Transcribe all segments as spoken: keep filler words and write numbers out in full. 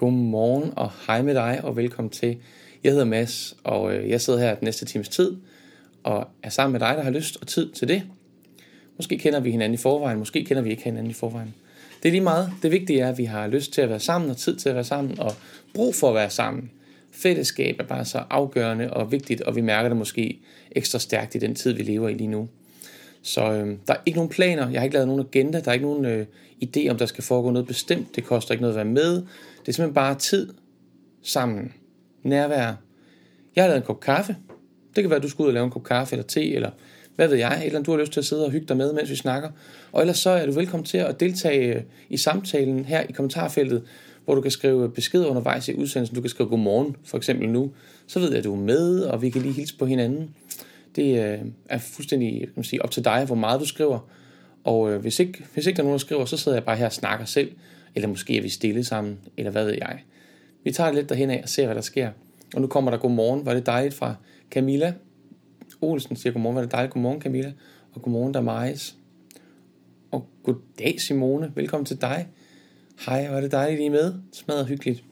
Godmorgen og hej med dig og velkommen til. Jeg hedder Mads, og jeg sidder her den næste times tid og er sammen med dig, der har lyst og tid til det. Måske kender vi hinanden i forvejen, måske kender vi ikke hinanden i forvejen. Det er lige meget. Det vigtige er, at vi har lyst til at være sammen og tid til at være sammen og brug for at være sammen. Fællesskab er bare så afgørende og vigtigt, og vi mærker det måske ekstra stærkt i den tid, vi lever i lige nu. Så øh, der er ikke nogen planer, jeg har ikke lavet nogen agenda, der er ikke nogen øh, idé om, der skal foregå noget bestemt. Det koster ikke noget at være med. Det er simpelthen bare tid sammen. Nærvær. Jeg har lavet en kop kaffe. Det kan være, at du skal ud og lave en kop kaffe eller te, eller hvad ved jeg, eller du har lyst til at sidde og hygge dig med, mens vi snakker. Og ellers så er du velkommen til at deltage i samtalen her i kommentarfeltet, hvor du kan skrive besked undervejs i udsendelsen. Du kan skrive godmorgen, for eksempel nu. Så ved jeg, at du er med, og vi kan lige hilse på hinanden. Det er fuldstændig kan man sige, op til dig, hvor meget du skriver. Og hvis ikke, hvis ikke der er nogen, der skriver, så sidder jeg bare her og snakker selv. Eller måske er vi stille sammen, eller hvad ved jeg. Vi tager det lidt derhen af og ser, hvad der sker. Og nu kommer der godmorgen, var det dejligt fra Camilla Olsen siger godmorgen, var det dejligt, godmorgen Camilla. Og godmorgen Damaris. Og goddag Simone, velkommen til dig. Hej, var det dejligt, I er med. Smadret hyggeligt.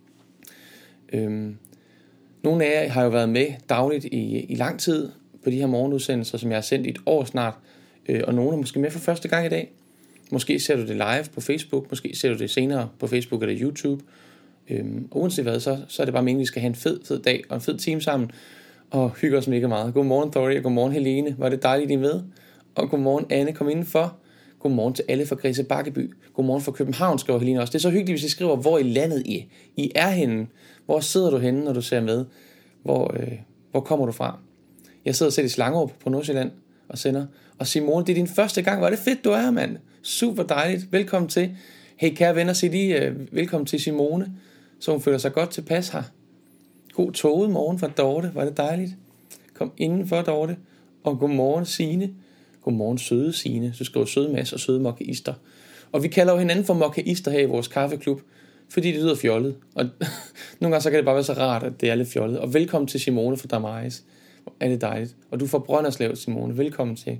Øhm, nogle af jer har jo været med dagligt i, i lang tid på de her morgenudsendelser, som jeg har sendt i et år snart. Øh, og nogle er måske med for første gang i dag. Måske ser du det live på Facebook, måske ser du det senere på Facebook eller YouTube. Øhm, uanset hvad, så, så er det bare meningen, at vi skal have en fed, fed dag og en fed time sammen. Og hygge os mega meget. Godmorgen Thori, og godmorgen Helene. Var det dejligt, I er med? Og godmorgen Anne, kom indenfor. Godmorgen til alle fra Græse Bakkeby. Godmorgen fra København, skriver Helene også. Det er så hyggeligt, hvis I skriver, hvor i landet I, I er henne. Hvor sidder du henne, når du ser med? Hvor, øh, hvor kommer du fra? Jeg sidder selv i Slangerup på Nordsjælland og sender. Og Simone, det er din første gang. Var det fedt, du er her, mand. Super dejligt. Velkommen til. Hey kære venner, sig lige øh, velkommen til Simone, så hun føler sig godt tilpas her. God toget morgen fra Dorte. Var det dejligt? Kom indenfor, Dorte. Og godmorgen Signe. Godmorgen søde Signe. Så skriver søde Mads og søde mokkaister. Og vi kalder jo hinanden for mokkaister her i vores kaffeklub, fordi det lyder fjollet. Og nogle gange så kan det bare være så rart, at det er lidt fjollet. Og velkommen til Simone fra Damaris. Er det dejligt. Og du får Brønderslev, Simone. Velkommen til.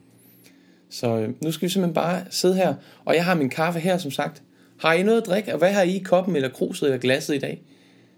Så øh, nu skal vi simpelthen bare sidde her. Og jeg har min kaffe her, som sagt. Har I noget at drikke? Og hvad har I i koppen, eller kruset, eller glasset i dag?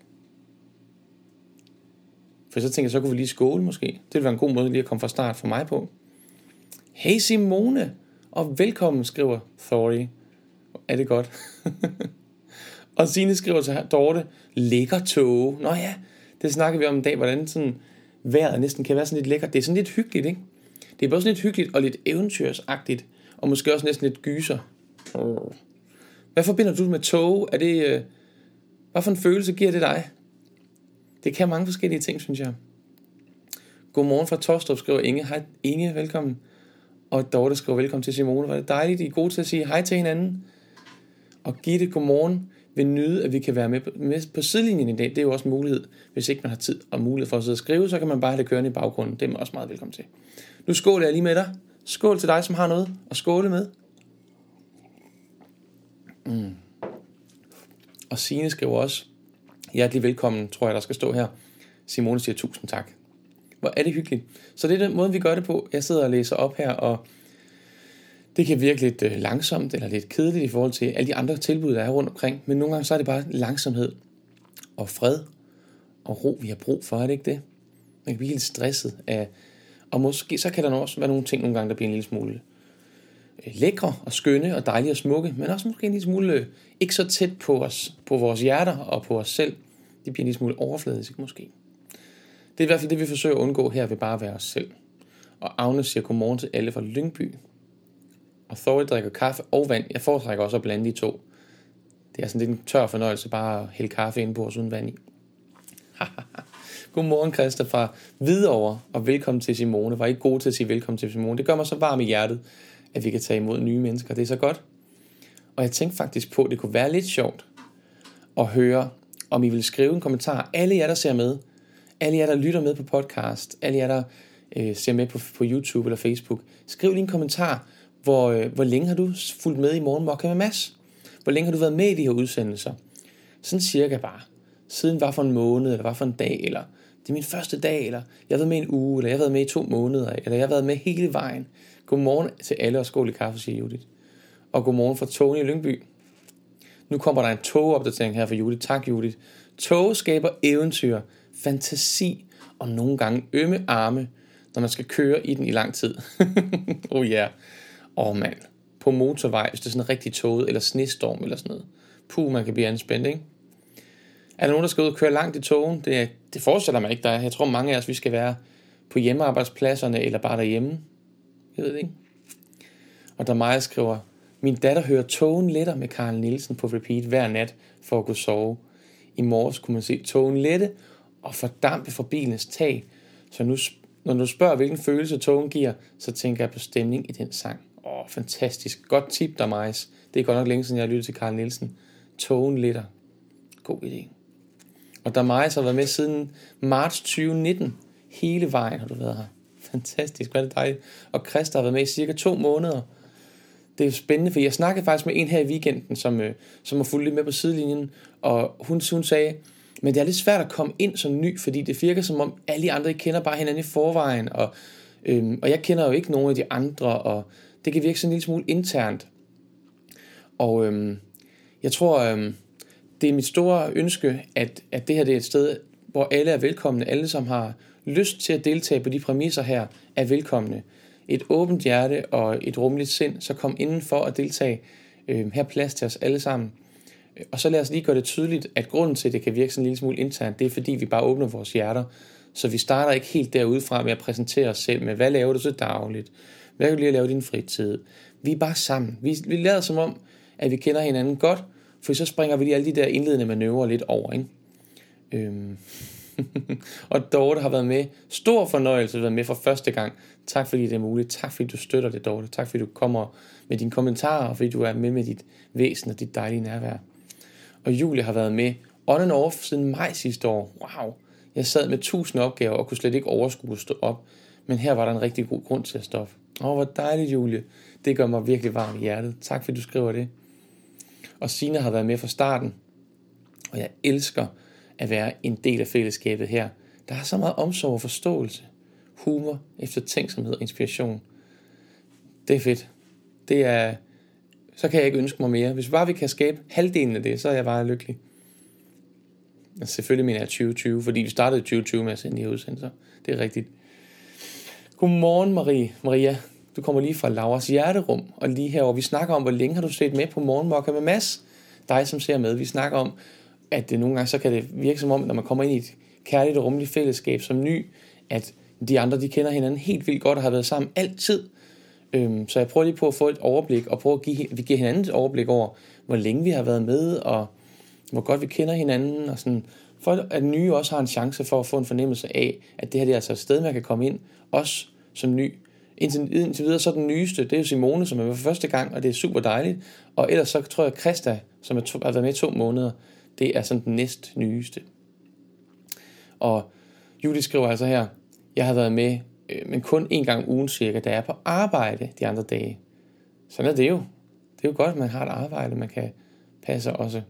For så tænker jeg, så kunne vi lige skåle måske. Det ville være en god måde lige at komme fra start for mig på. Hey Simone, og velkommen, skriver Thori. Er det godt? Og Signe skriver til Dorte, lækker tåge. Nå ja, det snakker vi om en dag, hvordan sådan vejret næsten kan være sådan lidt lækkert. Det er sådan lidt hyggeligt, ikke? Det er både sådan lidt hyggeligt og lidt eventyrsagtigt, og måske også næsten lidt gyser. Hvad forbinder du med tåge? Er det, øh, hvad for en følelse giver det dig? Det kan mange forskellige ting, synes jeg. Godmorgen fra Torstrup, skriver Inge. Hej Inge, velkommen. Og Dorte skriver velkommen til Simone. Var det dejligt, I er gode til at sige hej til hinanden. Og Gitte, godmorgen. Vil nyde, at vi kan være med på, med på sidelinjen i dag. Det er jo også en mulighed. Hvis ikke man har tid og mulighed for at sidde og skrive, så kan man bare have det kørende i baggrunden. Det er man også meget velkommen til. Nu skåler jeg lige med dig. Skål til dig, som har noget at skåle med. Mm. Og Signe skriver også, hjertelig velkommen, tror jeg, der skal stå her. Simone siger tusind tak. Hvor er det hyggeligt. Så det er den måde, vi gør det på. Jeg sidder og læser op her, og det kan virke lidt øh, langsomt eller lidt kedeligt i forhold til alle de andre tilbud, der er rundt omkring. Men nogle gange så er det bare langsomhed og fred og ro, vi har brug for. Er det ikke det? Man kan blive helt stresset af, og måske så kan der også være nogle ting nogle gange, der bliver en lille smule øh, lækre og skønne og dejlige og smukke, men også måske en lille smule øh, ikke så tæt på os, på vores hjerter og på os selv. Det bliver en lille smule overfladisk måske. Det er i hvert fald det, vi forsøger at undgå her ved bare at være os selv. Og Agnes siger godmorgen til alle fra Lyngby. Og Thor drikker kaffe og vand. Jeg foretrækker også at blande de to. Det er sådan lidt en tør fornøjelse bare at hælde kaffe ind på os uden vand i. Godmorgen Christa fra Hvidovre, og velkommen til Simone. Var I gode til at sige velkommen til Simone? Det gør mig så varm i hjertet, at vi kan tage imod nye mennesker. Det er så godt. Og jeg tænkte faktisk på, at det kunne være lidt sjovt at høre, om I vil skrive en kommentar. Alle jer, der ser med. Alle jer, der lytter med på podcast. Alle jer, der øh, ser med på, på YouTube eller Facebook. Skriv lige en kommentar. Hvor, øh, hvor længe har du fulgt med i Morgenmokka med Mads? Hvor længe har du været med i de her udsendelser? Sådan cirka bare. Siden var for en måned, eller var for en dag, eller det er min første dag, eller jeg har været med en uge, eller jeg har været med i to måneder, eller jeg har været med hele vejen. Godmorgen til alle, og skål i kaffe, siger Judith. Og godmorgen fra Tony i Lyngby. Nu kommer der en togopdatering her fra Judith. Tak, Judith. Tog skaber eventyr, fantasi og nogle gange ømme arme, når man skal køre i den i lang tid. oh ja. Yeah. Åh mand. På motorvej, hvis det er sådan en rigtig toget, eller snestorm eller sådan noget. Puh, man kan blive anspændt, ikke? Er der nogen, der skal ud og køre langt i togen? Det, det forestiller mig ikke, der er. Jeg tror, mange af os, vi skal være på hjemmearbejdspladserne, eller bare derhjemme. Jeg ved det ikke. Og der Maja skriver, min datter hører togen letter med Carl Nielsen på repeat hver nat for at kunne sove. I morges kunne man se togen lette og fordampe fra bilens tag. Så nu, når du spørger, hvilken følelse togen giver, så tænker jeg på stemning i den sang. Åh, fantastisk. Godt tip, der Majs. Det er godt nok længe siden, jeg har lyttet til Carl Nielsen. Togen letter. God idé. Og der Majs har været med siden marts tyve nitten. Hele vejen har du været her. Fantastisk, hvad er det dejligt. Og Christa har været med i cirka to måneder. Det er spændende, for jeg snakkede faktisk med en her i weekenden, som, øh, som har fulgt lidt med på sidelinjen, og hun, hun sagde, men det er lidt svært at komme ind som ny, fordi det virker som om alle de andre ikke kender bare hinanden i forvejen, og, øhm, og jeg kender jo ikke nogen af de andre, og det kan virke sådan en lille smule internt. Og øhm, jeg tror, øhm, det er mit store ønske, at, at det her det er et sted, hvor alle er velkomne, alle som har lyst til at deltage på de præmisser her, er velkomne. Et åbent hjerte og et rummeligt sind, så kom indenfor at deltage. Øh, her er plads til os alle sammen. Og så lad os lige gøre det tydeligt, at grunden til, at det kan virke sådan en lille smule internt, det er fordi, vi bare åbner vores hjerter. Så vi starter ikke helt derudefra med at præsentere os selv med, hvad laver du så dagligt? Hvad kan du lige lave i din fritid? Vi er bare sammen. Vi, vi lader som om, at vi kender hinanden godt, for så springer vi lige alle de der indledende manøvrer lidt over, ikke? Øhm. Og Dorte har været med. Stor fornøjelse at være med for første gang. Tak fordi det er muligt. Tak fordi du støtter det, Dorte. Tak fordi du kommer med dine kommentarer, og fordi du er med med dit væsen og dit dejlige nærvær. Og Julie har været med on and off siden maj sidste år. Wow. Jeg sad med tusind opgaver og kunne slet ikke overskue at stå op. Men her var der en rigtig god grund til at stoppe. Åh, hvor dejligt, Julie. Det gør mig virkelig varm i hjertet. Tak fordi du skriver det. Og Sina har været med fra starten. Og jeg elsker at være en del af fællesskabet her. Der er så meget omsorg og forståelse, humor, eftertænksomhed og inspiration. Det er fedt. Det er, så kan jeg ikke ønske mig mere. Hvis bare vi kan skabe halvdelen af det, så er jeg bare lykkelig. Og selvfølgelig mener jeg tyve tyve, fordi vi startede i tyve tyve med at sende de udsendelser. Det er rigtigt. Godmorgen, Marie. Maria, du kommer lige fra Lauras hjerterum, og lige herovre, vi snakker om, hvor længe har du set med på Morgenmokka med Mads? Dig, som ser med. Vi snakker om, at det nogle gange så kan det virke som om, når man kommer ind i et kærligt og rummeligt fællesskab som ny, at de andre, de kender hinanden helt vildt godt og har været sammen altid. Øhm, så jeg prøver lige på at få et overblik, og prøve at give, vi giver hinanden et overblik over, hvor længe vi har været med, og hvor godt vi kender hinanden, og sådan, for at nye også har en chance for at få en fornemmelse af, at det her det er altså et sted, man kan komme ind, også som ny. Indtil, indtil videre, så den nyeste, det er jo Simone, som er med for første gang, og det er super dejligt. Og ellers så tror jeg, Christa, som er to, har været med i to måneder, det er sådan den næst nyeste. Og Julie skriver altså her, jeg har været med, øh, men kun en gang ugen cirka, da jeg er på arbejde de andre dage. Sådan er det jo. Det er jo godt, at man har et arbejde, man kan passe også.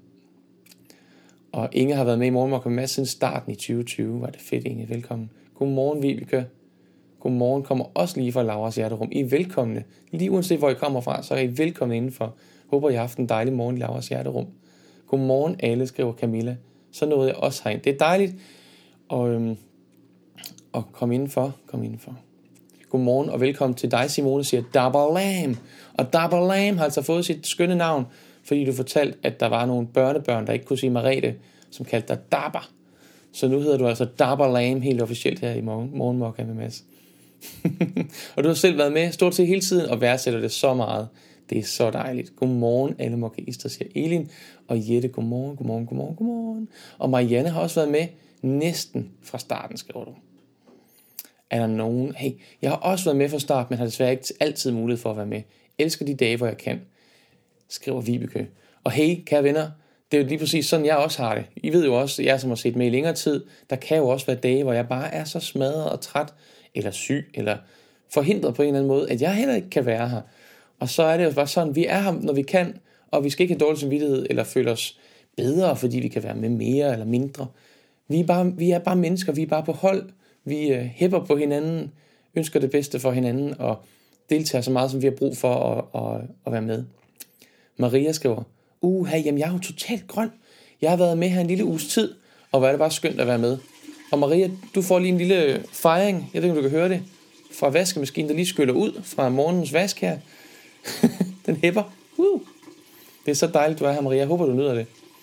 Og Inge har været med i Morgenmokka med Mads siden starten i tyve tyve. Var det fedt, Inge. Velkommen. Godmorgen, Vibeke. Godmorgen kommer også lige fra Lauras hjerterum. I er velkomne. Lige uanset hvor I kommer fra, så er I velkomne indenfor. Håber, I har haft en dejlig morgen i Lauras hjerterum. Godmorgen, alle, skriver Camilla. Så nåede jeg også herind. Det er dejligt at, øhm, at komme indenfor. Kom indenfor. Godmorgen og velkommen til dig, Simone, siger Dabberlam. Og Dabberlam har altså fået sit skønne navn, fordi du fortalte, at der var nogle børnebørn, der ikke kunne sige Marete, som kaldte dig Dabber. Så nu hedder du altså Dabberlam helt officielt her i morgen, Morgenmokka med Mads. Og du har selv været med stort set hele tiden og værdsætter det så meget. Det er så dejligt. Godmorgen, alle mokkaister, siger Elin. Og Jette, godmorgen, godmorgen, godmorgen, godmorgen. Og Marianne har også været med næsten fra starten, skriver du. Er der nogen? Hey, jeg har også været med fra start, men har desværre ikke altid mulighed for at være med. Elsker de dage, hvor jeg kan, skriver Vibeke. Og hey, kære venner, det er jo lige præcis sådan, jeg også har det. I ved jo også, jeg som har set med i længere tid, der kan jo også være dage, hvor jeg bare er så smadret og træt, eller syg, eller forhindret på en eller anden måde, at jeg heller ikke kan være her. Og så er det jo bare sådan, vi er her, når vi kan, og vi skal ikke have dårlig samvittighed, eller føle os bedre, fordi vi kan være med mere eller mindre. Vi er bare, vi er bare mennesker, vi er bare på hold, vi øh, hæpper på hinanden, ønsker det bedste for hinanden, og deltager så meget, som vi har brug for at, at, at være med. Maria skriver, Uha, jamen jeg er jo totalt grøn. Jeg har været med her en lille uges tid, og hvor er det bare skønt at være med. Og Maria, du får lige en lille fejring, jeg ved ikke, om du kan høre det, fra vaskemaskinen, der lige skyller ud fra morgens vask her. Den hæpper. Uh. Det er så dejligt, du er her, Maria. Jeg håber, du nyder det.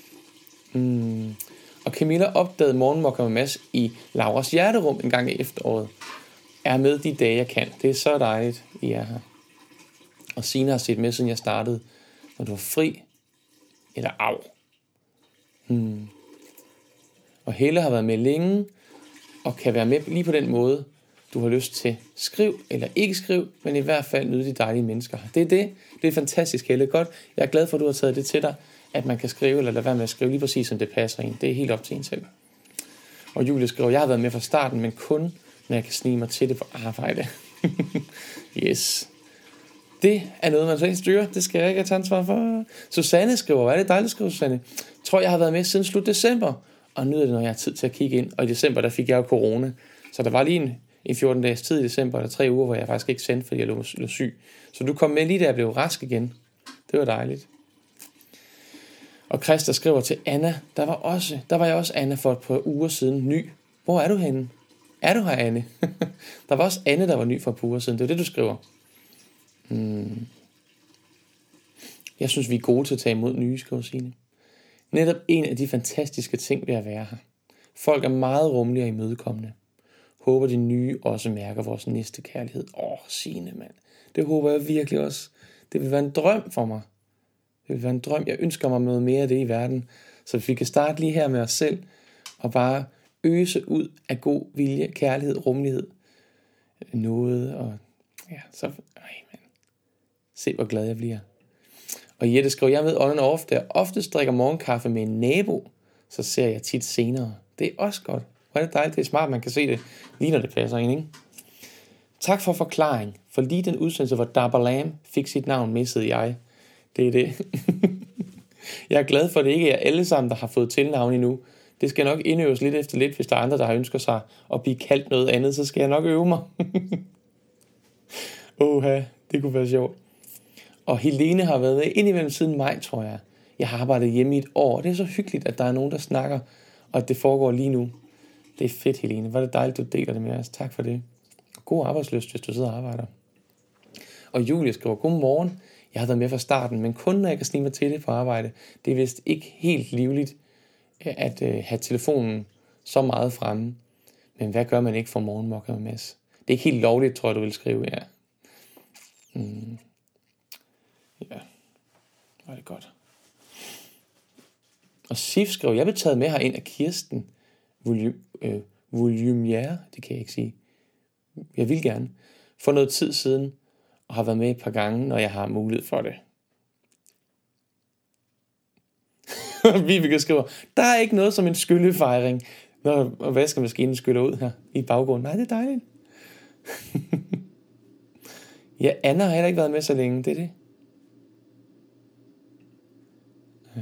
Mm. Og Camilla opdagede Morgenmokka med Mads i Lauras hjerterum en gang i efteråret. Er med de dage, jeg kan. Det er så dejligt, I er her. Og Signe har set med, siden jeg startede. Når du var fri. Eller af. Hmm. Og Helle har været med længe. Og kan være med lige på den måde, du har lyst til. Skriv eller ikke skriv, men i hvert fald nyde de dejlige mennesker. Det er det. Det er fantastisk, Helle. Godt. Jeg er glad for, at du har taget det til dig, at man kan skrive eller lade være med at skrive lige præcis, som det passer ind. Det er helt op til en selv. Og Julie skriver, jeg har været med fra starten, men kun når jeg kan snige mig til det på arbejde. Yes. Det er noget, man så ikke styrer. Det skal jeg ikke have taget ansvar for. Susanne skriver, hvad er det dejligt, skriver Susanne. Tror, jeg har været med siden slut december, og nyder det, når jeg har tid til at kigge ind. Og i december, der fik jeg jo corona. Så der var lige en, en fjorten dages tid i december, eller tre uger, hvor jeg faktisk ikke sendte, fordi jeg lå, lå syg. Så du kom med lige da jeg blev rask igen. Det var dejligt. Og Christa skriver til Anna, der var, også, der var jeg også Anna for et par uger siden ny. Hvor er du henne? Er du her, Anne? Der var også Anne, der var ny for et par uger siden. Det er det, du skriver. Hmm. Jeg synes, vi er gode til at tage imod nye, skriver Signe. Netop en af de fantastiske ting ved at være her. Folk er meget rummelige og imødekommende. Håber de nye også mærker vores næste kærlighed. Åh, oh, Signe, mand. Det håber jeg virkelig også. Det vil være en drøm for mig. Det vil være en drøm. Jeg ønsker mig noget mere af det i verden. Så vi kan starte lige her med os selv. Og bare øse ud af god vilje, kærlighed, rummelighed. Noget og... Ja, så... Ej, man. Se, hvor glad jeg bliver. Og Jette skriver, jeg ved on and off, der oftest drikker morgenkaffe med en nabo, så ser jeg tit senere. Det er også godt. Hvor er det dejligt, det er smart, man kan se det, lige når det passer ind, ikke? Tak for forklaring. For lige den udsendelse, hvor Dabalam fik sit navn, missede jeg. Det er det. Jeg er glad for, at det ikke er alle sammen, der har fået tilnavn endnu. Det skal nok indøves lidt efter lidt, hvis der er andre, der har ønsket sig at blive kaldt noget andet, så skal jeg nok øve mig. Åha, det kunne være sjovt. Og Helene har været med indimellem siden maj, tror jeg. Jeg har arbejdet hjemme i et år, og det er så hyggeligt, at der er nogen, der snakker, og at det foregår lige nu. Det er fedt, Helene. Hvor er det dejligt, du deler det med os. Tak for det. God arbejdslyst, hvis du sidder og arbejder. Og Julie skriver, godmorgen. Jeg har været med fra starten, men kun når jeg kan snige mig til det på arbejde. Det er vist ikke helt livligt at øh, have telefonen så meget fremme. Men hvad gør man ikke for Morgenmokka med Mads? Det er ikke helt lovligt, tror jeg, du vil skrive, ja. Hmm. Ja, det var det godt. Og Sif skrev, jeg blev taget med herind af Kirsten Volumière, øh, det kan jeg ikke sige. Jeg vil gerne. For noget tid siden, og har været med et par gange, når jeg har mulighed for det. Vibeke skriver, der er ikke noget som en skyllefejring, når vaskemaskinen skyller ud her i baggrunden. Nej, det er dejligt. Ja, Anna har heller ikke været med så længe, det er det. Ja.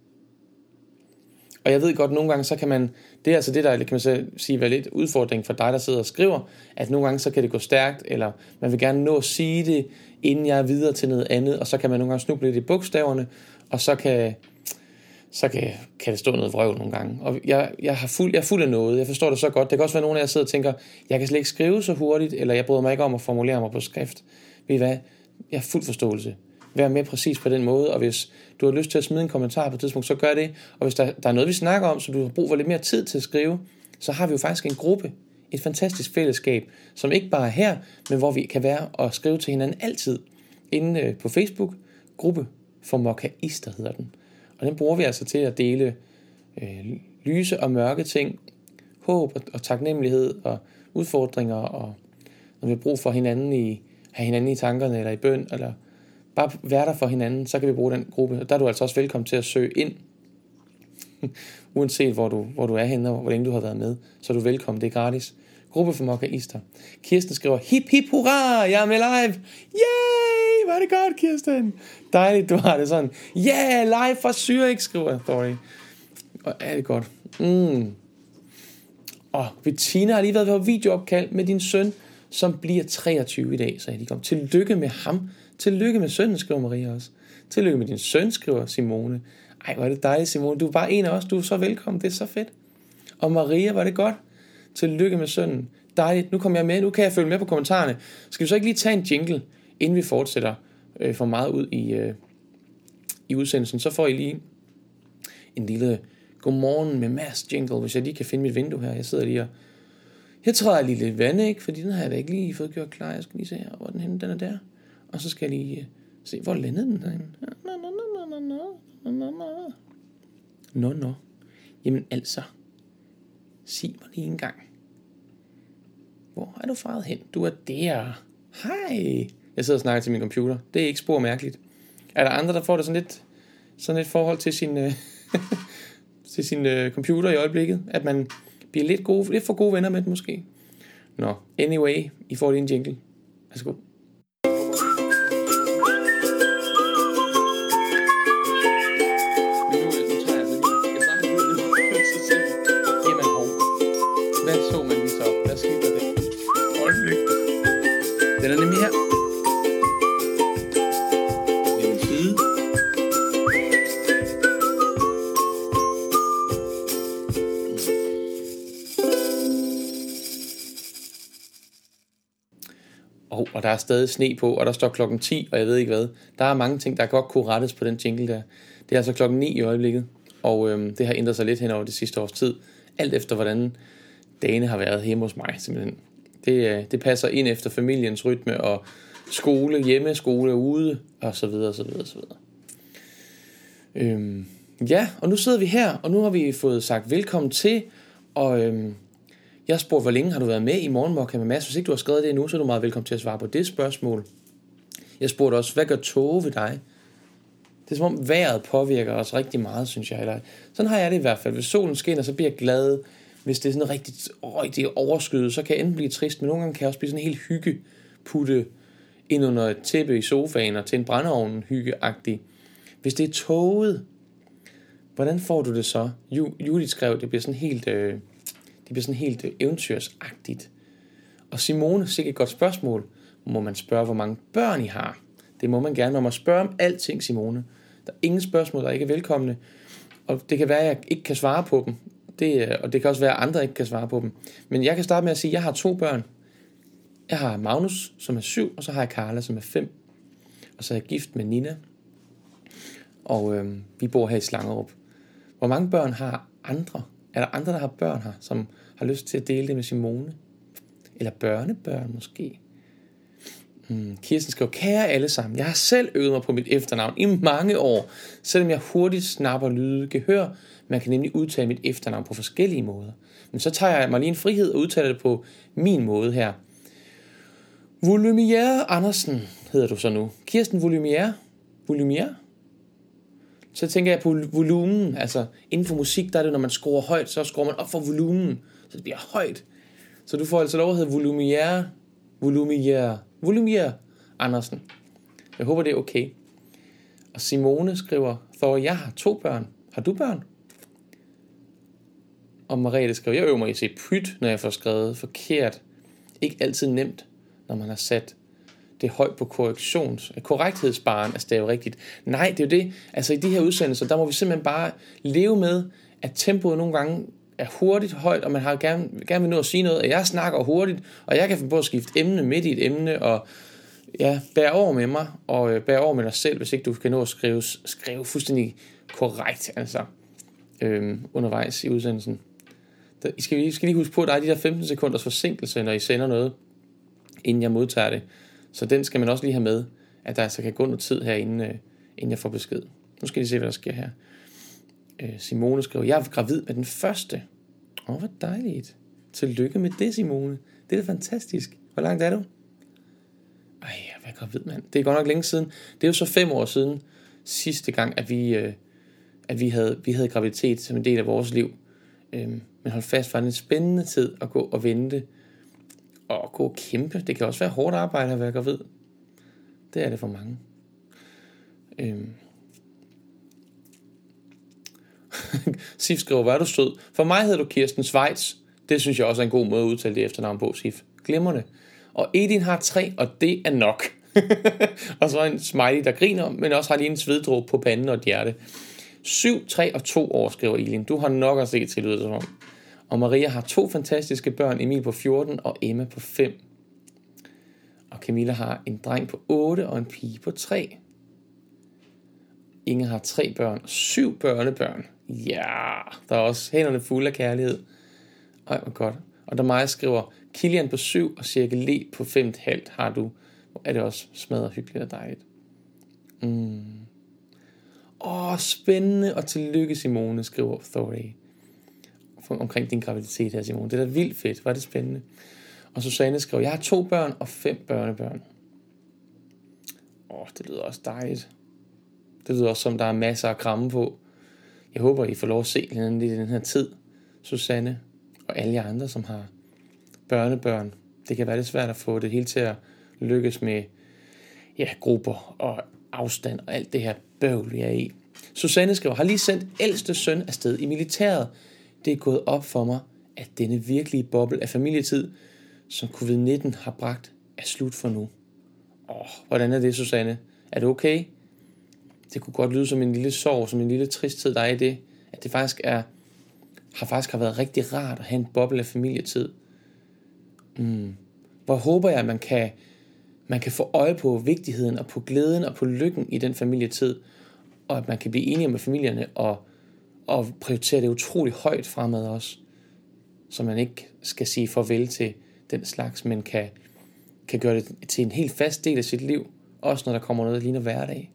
Og jeg ved godt, nogle gange så kan man, det er altså det, der kan man så sige, være lidt udfordring for dig, der sidder og skriver, at nogle gange så kan det gå stærkt, eller man vil gerne nå at sige det, inden jeg er videre til noget andet, og så kan man nogle gange snuble lidt i bogstaverne, og så kan, så kan, kan det stå noget vrøvl nogle gange. Og jeg, jeg, har fuld, jeg er fuld af noget, jeg forstår det så godt. Det kan også være, nogen af jer sidder og tænker, jeg kan slet ikke skrive så hurtigt, eller jeg bryder mig ikke om at formulere mig på skrift. Ved I hvad? Jeg har fuld forståelse. Vær med præcis på den måde, og hvis du har lyst til at smide en kommentar på et tidspunkt, så gør det. Og hvis der, der er noget, vi snakker om, så du har brug for lidt mere tid til at skrive, så har vi jo faktisk en gruppe, et fantastisk fællesskab, som ikke bare er her, men hvor vi kan være og skrive til hinanden altid. Inde på Facebook, gruppe for mokkaister hedder den. Og den bruger vi altså til at dele øh, lyse og mørke ting, håb og, og taknemmelighed og udfordringer, og når vi har brug for hinanden i, have hinanden i tankerne eller i bøn, eller bare være der for hinanden, så kan vi bruge den gruppe. Og der er du altså også velkommen til at søge ind, uanset hvor du, hvor du er henne, og hvor længe du har været med, så er du velkommen, det er gratis. Gruppe for mokkaister. Kirsten skriver, hip hip hurra, jeg er med live. Yay, hvor er det godt, Kirsten. Dejligt, du har det sådan. Yeah, live fra Zürich, skriver Dory. Og er det godt. Mm. Og Bettina har lige været på videoopkald med din søn, som bliver treogtyve i dag, så jeg lige kom. Tillykke med ham. Tillykke med sønnen, skriver Maria også. Tillykke med din søn, skriver Simone. Ej, hvor er det dejligt, Simone. Du er bare en af os. Du er så velkommen. Det er så fedt. Og Maria, var det godt. Tillykke med sønnen. Dejligt. Nu kommer jeg med. Nu kan jeg følge med på kommentarerne. Skal vi så ikke lige tage en jingle, inden vi fortsætter øh, for meget ud i, øh, i udsendelsen? Så får I lige en lille godmorgen med Mads jingle, hvis jeg lige kan finde mit vindue her. Jeg sidder lige og... Jeg træder lige lidt vand, ikke? Fordi den har jeg da ikke lige fået gjort klar. Jeg skal lige se her, hvor den henne, den er der. Og så skal jeg lige øh, se, hvor landede den derinde. Nå, nå. Jamen altså, sig mig lige en gang. Hvor er du faret hen? Du er der. Hej. Jeg sidder og snakker til min computer. Det er ikke spor mærkeligt. Er der andre, der får det sådan lidt, sådan et forhold til sin, øh, til sin øh, computer i øjeblikket? At man bliver lidt, gode, lidt for gode venner med den måske? Nå, anyway, I får lige en jingle. Værsgo. Den er nemlig her. Det er en side. Oh, og der er stadig sne på, og der står klokken ti, og jeg ved ikke hvad. Der er mange ting, der godt kunne rettes på den jingle der. Det er altså klokken ni i øjeblikket, og øhm, det har ændret sig lidt hen over det sidste års tid. Alt efter hvordan dagene har været hjemme hos mig, simpelthen. Det, det passer ind efter familiens rytme og skole, hjemme, skole, ude og så videre, så videre, så videre. Øhm, ja, og nu sidder vi her, og nu har vi fået sagt velkommen til, og øhm, jeg har spurgt, hvor længe har du været med i Morgenmokka med Mads? Hvis ikke du har skrevet det endnu, så er du meget velkommen til at svare på det spørgsmål. Jeg spurgte også, hvad gør tåge ved dig? Det er som om vejret påvirker os rigtig meget, synes jeg. Eller, sådan har jeg det i hvert fald. Hvis solen skinner, så bliver jeg glad. Hvis det er sådan rigtig, rigtig overskyet, så kan jeg enten blive trist, men nogle gange kan jeg også blive sådan helt hyggeputte ind under et tæppe i sofaen og til en brændeovn hyggeagtig. Hvis det er tåget, hvordan får du det så? Judith skrev, det bliver sådan helt, øh, det bliver sådan helt øh, eventyrsagtigt. Og Simone, sikkert et godt spørgsmål. Må man spørge, hvor mange børn I har? Det må man gerne. Man må spørge om alting, Simone. Der er ingen spørgsmål, der ikke er velkomne. Og det kan være, at jeg ikke kan svare på dem. Det, og det kan også være, at andre ikke kan svare på dem. Men jeg kan starte med at sige, at jeg har to børn. Jeg har Magnus, som er syv, og så har jeg Carla, som er fem. Og så er jeg gift med Nina. Og øh, vi bor her i Slangerup. Hvor mange børn har andre? Er der andre, der har børn her, som har lyst til at dele det med Simone? Eller børnebørn måske? Hmm, Kirsten skriver, kære alle sammen, jeg har selv øvet mig på mit efternavn i mange år, selvom jeg hurtigt snapper lyde gehør. Man kan nemlig udtale mit efternavn på forskellige måder. Men så tager jeg mig lige en frihed og udtaler det på min måde her. Volumier Andersen hedder du så nu. Kirsten Volumier. Volumier? Så tænker jeg på volumen. Altså inden for musik, der er det, når man skruer højt, så skruer man op for volumen, så det bliver højt. Så du får altså lov at hedde Volumier. Volumier. Volumier Andersen. Jeg håber, det er okay. Og Simone skriver, Thor, jeg har to børn. Har du børn? Og Mariette skriver, jeg øver mig i at se pyt, når jeg får skrevet forkert. Ikke altid nemt, når man har sat det højt på korrektions, korrekthedsbaren at stave rigtigt. Nej, det er jo det. Altså i de her udsendelser, der må vi simpelthen bare leve med, at tempoet nogle gange er hurtigt højt, og man har gerne, gerne vil nå at sige noget, og jeg snakker hurtigt, og jeg kan finde på at skifte emne midt i et emne, og ja, bære over med mig, og øh, bære over med dig selv, hvis ikke du kan nå at skrive, skrive fuldstændig korrekt, altså øh, undervejs i udsendelsen. Der, I, skal, I skal lige huske på, at der er de der femten sekunders forsinkelse, når I sender noget, inden jeg modtager det. Så den skal man også lige have med, at der altså kan gå noget tid herinde, øh, inden jeg får besked. Nu skal I se, hvad der sker her. Øh, Simone skriver, jeg er gravid med den første. Åh, oh, hvor dejligt. Tillykke med det, Simone. Det er da fantastisk. Hvor langt er du? Ej, jeg er gravid, mand. Det er godt nok længe siden. Det er jo så fem år siden, sidste gang, at vi, øh, at vi, havde, vi havde graviditet som en del af vores liv. Øh, men hold fast, for en spændende tid at gå og vente. Og gå og kæmpe. Det kan også være hårdt arbejde at være gravid. Det er det for mange. Øh. Sif skriver, hvor er du sød. For mig hedder du Kirsten Schweiz. Det synes jeg også er en god måde at udtale det efternavn på, Sif. Glimrende. Og Edin har tre, og det er nok. Og så en smiley, der griner, men også har lige en sveddråbe på panden og et hjerte. syv, tre og to år, skriver Elin. Du har nok at se til, lyder det som om. Og Maria har to fantastiske børn, Emil på fjorten og Emma på fem. Og Camilla har en dreng på otte og en pige på tre. Inge har tre børn og syv børnebørn. Ja, der er også hænderne fulde af kærlighed. Ej, hvor godt. Og der Maja skriver, Kilian på syv og cirka Le på fem komma fem har du. Hvor er det også smadret hyggeligt og dejligt. Mm. Åh, spændende, og tillykke Simone, skriver Thorey. Omkring din graviditet her, Simone. Det er da vildt fedt, var det spændende. Og Susanne skriver, jeg har to børn og fem børnebørn. Åh, det lyder også dejligt. Det lyder også som, der er masser af kramme på. Jeg håber, I får lov at se hinanden i den her tid, Susanne og alle jer andre, som har børnebørn. Det kan være lidt svært at få det hele til at lykkes med ja, grupper og afstand og alt det her bøvl, vi er i. Susanne skriver, har lige sendt ældste søn afsted i militæret. Det er gået op for mig, at denne virkelige boble af familietid, som covid nitten har bragt, er slut for nu. Åh, hvordan er det, Susanne? Er det okay? Det kunne godt lyde som en lille sorg, som en lille tristhed, der er i det, at det faktisk er, har faktisk har været rigtig rart at have en boble af familietid. Mm. Hvor håber jeg, at man kan, man kan få øje på vigtigheden og på glæden og på lykken i den familietid, og at man kan blive enige med familierne og, og prioritere det utroligt højt fremad også, så man ikke skal sige farvel til den slags, men kan, kan gøre det til en helt fast del af sit liv, også når der kommer noget, der ligner hverdag.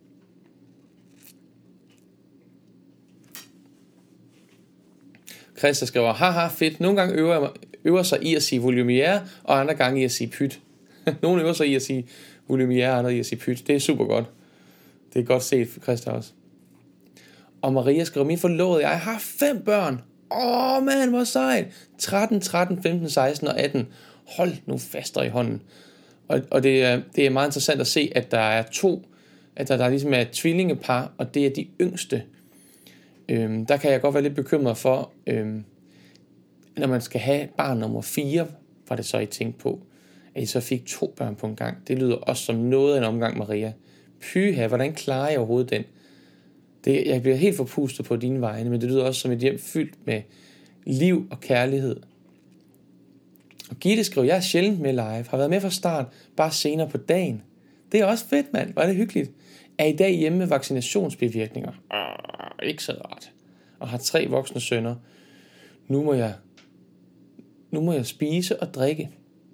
Christa skriver, haha, fedt. Nogle gange øver, jeg, øver sig i at sige volumière, og andre gange i at sige pyt. Nogle øver sig i at sige volumière, og andre i at sige pyt. Det er super godt. Det er godt set, Christa også. Og Maria skriver, min forlovede, jeg har fem børn. Åh, oh, man, hvor sejt. tretten, tretten, femten, seksten og atten. Hold nu faster i hånden. Og, og det, er, det er meget interessant at se, at der er to, at der, der ligesom er et tvillingepar, og det er de yngste. Øhm, der kan jeg godt være lidt bekymret for, øhm, når man skal have barn nummer fire, var det så I tænkte på, at I så fik to børn på en gang. Det lyder også som noget af en omgang, Maria. Pyha, hvordan klarer jeg overhovedet den? Det, jeg bliver helt forpustet på dine vegne, men det lyder også som et hjem fyldt med liv og kærlighed. Og Gitte skriver, jeg er sjældent med live, har været med fra start, bare senere på dagen. Det er også fedt, mand. Var det hyggeligt? Er i dag hjemme med vaccinationsbivirkninger? Arh, ikke så rart. Og har tre voksne sønner. Nu må jeg, nu må jeg spise og drikke.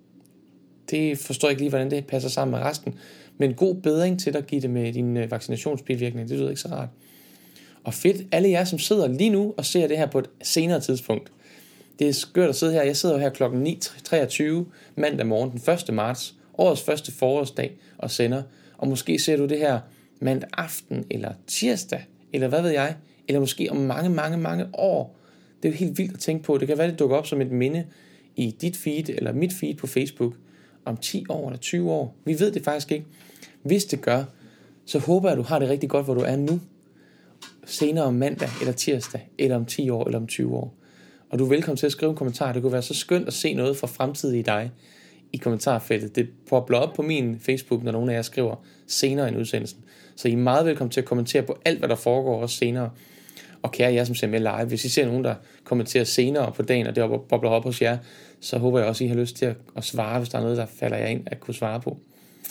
Det forstår jeg ikke lige, hvordan det passer sammen med resten. Men god bedring til dig, Gitte, med dine vaccinationsbivirkninger. Det lyder ikke så rart. Og fedt, alle jer, som sidder lige nu og ser det her på et senere tidspunkt. Det er skørt at sidde her. Jeg sidder jo her klokken ni treogtyve mandag morgen den første marts. Årets første forårsdag og sender. Og måske ser du det her mandag aften eller tirsdag, eller hvad ved jeg, eller måske om mange, mange, mange år. Det er jo helt vildt at tænke på. Det kan være, det dukker op som et minde i dit feed, eller mit feed på Facebook, om ti år eller tyve år. Vi ved det faktisk ikke. Hvis det gør, så håber jeg, at du har det rigtig godt, hvor du er nu. Senere om mandag, eller tirsdag, eller om ti år, eller om tyve år. Og du er velkommen til at skrive en kommentar. Det kunne være så skønt at se noget fra fremtiden i dig i kommentarfeltet. Det popler op på min Facebook, når nogen af jer skriver senere i udsendelsen. Så I er meget velkommen til at kommentere på alt, hvad der foregår også senere. Og kære jer, som ser med live, hvis I ser nogen, der kommenterer senere på dagen, og det popler op hos jer, så håber jeg også, I har lyst til at svare, hvis der er noget, der falder jer ind at kunne svare på.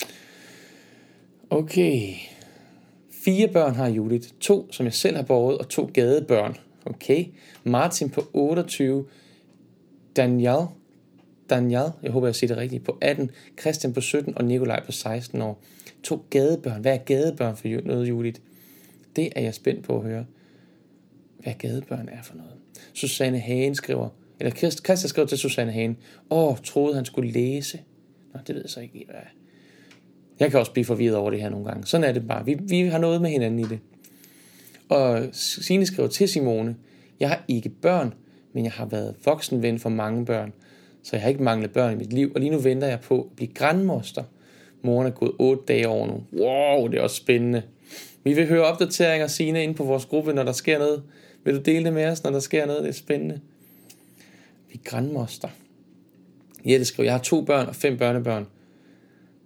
Okay. Fire børn har Judith. To, som jeg selv har båret, og to gadebørn. Okay. Martin på otteogtyve. Daniel. Daniel, jeg håber, jeg siger det rigtigt, på atten. Christian på sytten og Nikolaj på seksten år. To gadebørn. Hvad er gadebørn for noget, Judith? Det er jeg spændt på at høre. Hvad gadebørn er for noget. Susanne Hagen skriver, eller Christian skriver til Susanne Hagen, åh, troede han skulle læse. Nå, det ved jeg så ikke. Jeg kan også blive forvirret over det her nogle gange. Sådan er det bare. Vi, vi har noget med hinanden i det. Og Signe skriver til Simone, jeg har ikke børn, men jeg har været voksenven for mange børn, så jeg har ikke manglet børn i mit liv, og lige nu venter jeg på at blive grandmoster. Moren er gået otte dage over nu. Wow, det er også spændende. Vi vil høre opdateringer, Signe, inde på vores gruppe, når der sker noget. Vil du dele det med os, når der sker noget? Det er spændende. Vi er grandmoster. Jette skriver, jeg har to børn og fem børnebørn.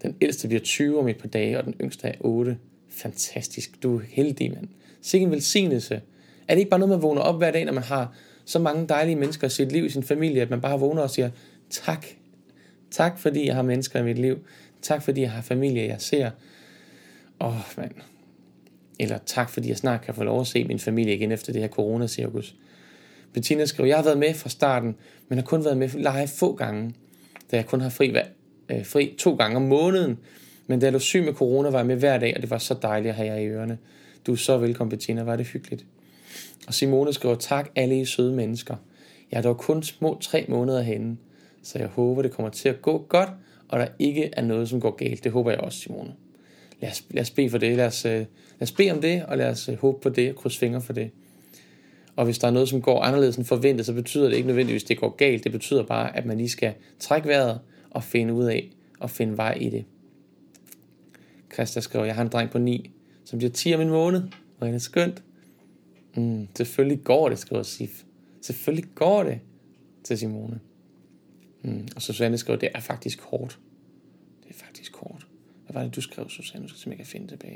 Den ældste bliver tyve om et par dage, og den yngste er otte. Fantastisk. Du er heldig, mand. Sikke en velsignelse. Er det ikke bare noget, man vågner op hver dag, når man har så mange dejlige mennesker i sit liv, i sin familie, at man bare vågner og siger, tak. Tak, fordi jeg har mennesker i mit liv. Tak, fordi jeg har familie, jeg ser. Åh, oh, mand. Eller tak, fordi jeg snart kan få lov at se min familie igen efter det her coronacirkus. Bettina skriver, jeg har været med fra starten, men har kun været med live få gange, da jeg kun har fri, øh, fri to gange om måneden. Men da jeg lå syg med corona, var jeg med hver dag, og det var så dejligt at have jer i ørerne. Du er så velkommen, Bettina. Var det hyggeligt. Og Simone skriver, tak alle I søde mennesker. Jeg er dog kun små tre måneder henne, så jeg håber, det kommer til at gå godt, og der ikke er noget, som går galt. Det håber jeg også, Simone. Lad os, lad os bede for det. Lad os, lad os bede om det, og lad os håbe på det, og krydse fingre for det. Og hvis der er noget, som går anderledes end forventet, så betyder det ikke nødvendigvis, at det går galt. Det betyder bare, at man lige skal trække vejret og finde ud af, og finde vej i det. Christa skriver, jeg har en dreng på ni, som bliver ti om en måned. Hvor er det skønt. Mm, selvfølgelig går det, skriver Sif. Selvfølgelig går det, til Simone. Mm, og Susanne skriver, det er faktisk hårdt. Det er faktisk hårdt. Hvad var det, du skrev, Susanne? Du skal simpelthen finde tilbage.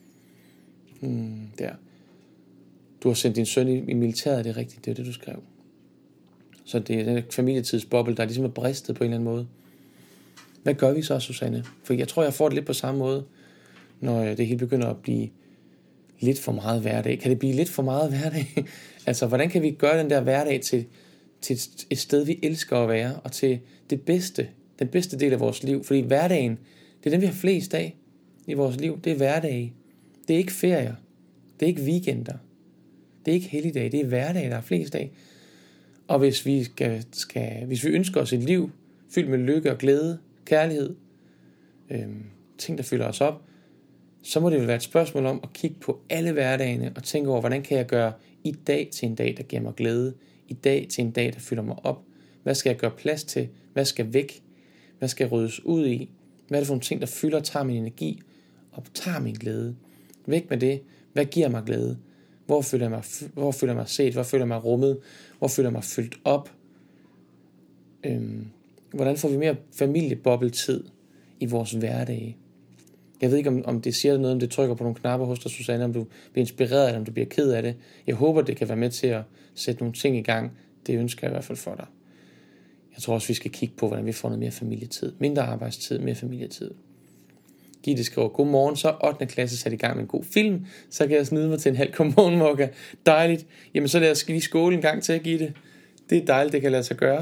Mm, der. Du har sendt din søn i, i militæret, det er rigtigt, det er det, du skrev. Så det er den familietidsboble, der er ligesom er bristet på en eller anden måde. Hvad gør vi så, Susanne? For jeg tror, jeg får det lidt på samme måde, når det hele begynder at blive lidt for meget hverdag. Kan det blive lidt for meget hverdag? Altså, hvordan kan vi gøre den der hverdag til, til et sted, vi elsker at være, og til det bedste, den bedste del af vores liv? Fordi hverdagen, det er den, vi har flest af i vores liv. Det er hverdage. Det er ikke ferier. Det er ikke weekender. Det er ikke helligdage. Det er hverdag, der er flest af. Og hvis vi, skal, skal, hvis vi ønsker os et liv fyldt med lykke og glæde, kærlighed, øhm, ting, der fylder os op, så må det vel være et spørgsmål om at kigge på alle hverdagene og tænke over, hvordan kan jeg gøre i dag til en dag, der giver mig glæde, i dag til en dag, der fylder mig op. Hvad skal jeg gøre plads til? Hvad skal væk? Hvad skal ryddes ud i? Hvad er det for nogle ting, der fylder og tager min energi og tager min glæde? Væk med det. Hvad giver mig glæde? Hvor føler jeg mig, hvor føler jeg mig set? Hvor føler jeg mig rummet? Hvor føler jeg mig fyldt op? Øhm, hvordan får vi mere familiebobbeltid i vores hverdag? Jeg ved ikke, om, om det siger noget, om det trykker på nogle knapper hos dig, Susanne, om du bliver inspireret, eller om du bliver ked af det. Jeg håber, det kan være med til at sætte nogle ting i gang. Det ønsker jeg i hvert fald for dig. Jeg tror også, vi skal kigge på, hvordan vi får noget mere familietid. Mindre arbejdstid, mere familietid. Gitte skriver, god morgen, så ottende klasse sat i gang med en god film, så kan jeg snyde mig til en halv godmorgen, Mokka. Dejligt. Jamen så lad os lige skåle en gang til, Gitte. Det er dejligt, det kan lade sig gøre.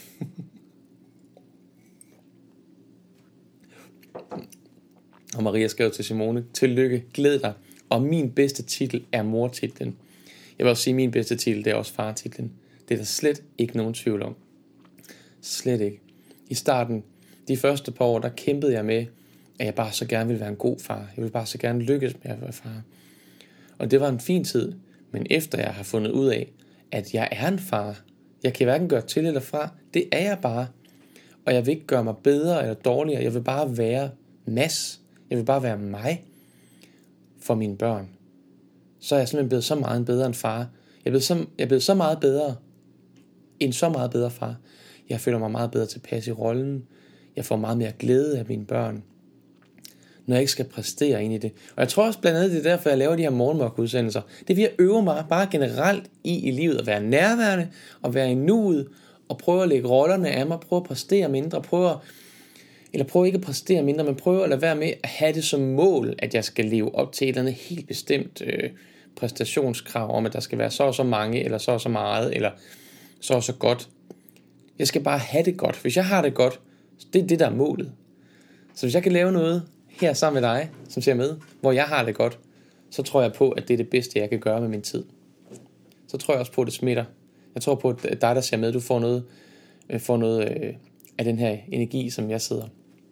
Og Maria skrev til Simone, tillykke, glæd dig. Og min bedste titel er mortitlen. Jeg vil også sige, at min bedste titel, det er også fartitlen. Det er der slet ikke nogen tvivl om. Slet ikke. I starten, de første par år, der kæmpede jeg med, at jeg bare så gerne ville være en god far. Jeg ville bare så gerne lykkes med at være far. Og det var en fin tid. Men efter jeg har fundet ud af, at jeg er en far, jeg kan hverken gøre til eller fra, det er jeg bare. Og jeg vil ikke gøre mig bedre eller dårligere. Jeg vil bare være Mads. Jeg vil bare være mig for mine børn. Så er jeg simpelthen blevet så meget en bedre end far. Jeg er blevet så, jeg er blevet så meget bedre, en så meget bedre far. Jeg føler mig meget bedre tilpas i rollen. Jeg får meget mere glæde af mine børn, når jeg ikke skal præstere ind i det. Og jeg tror også blandt andet, det er derfor, jeg laver de her morgenmørkudsendelser. Det er ved at øve mig bare generelt i i livet, at være nærværende, og være i nuet, og prøve at lægge rollerne af mig, prøve at præstere mindre, prøve at, eller prøve ikke at præstere mindre, men prøve at lade være med at have det som mål, at jeg skal leve op til et eller andet helt bestemt øh, præstationskrav om, at der skal være så og så mange, eller så og så meget, eller så og så godt. Jeg skal bare have det godt. Hvis jeg har det godt, det er det, der er målet. Så hvis jeg kan lave noget her sammen med dig, som ser med, hvor jeg har det godt, så tror jeg på, at det er det bedste, jeg kan gøre med min tid. Så tror jeg også på, at det smitter. Jeg tror på, at dig, der ser med, du får noget, får noget øh, af den her energi, som jeg sidder,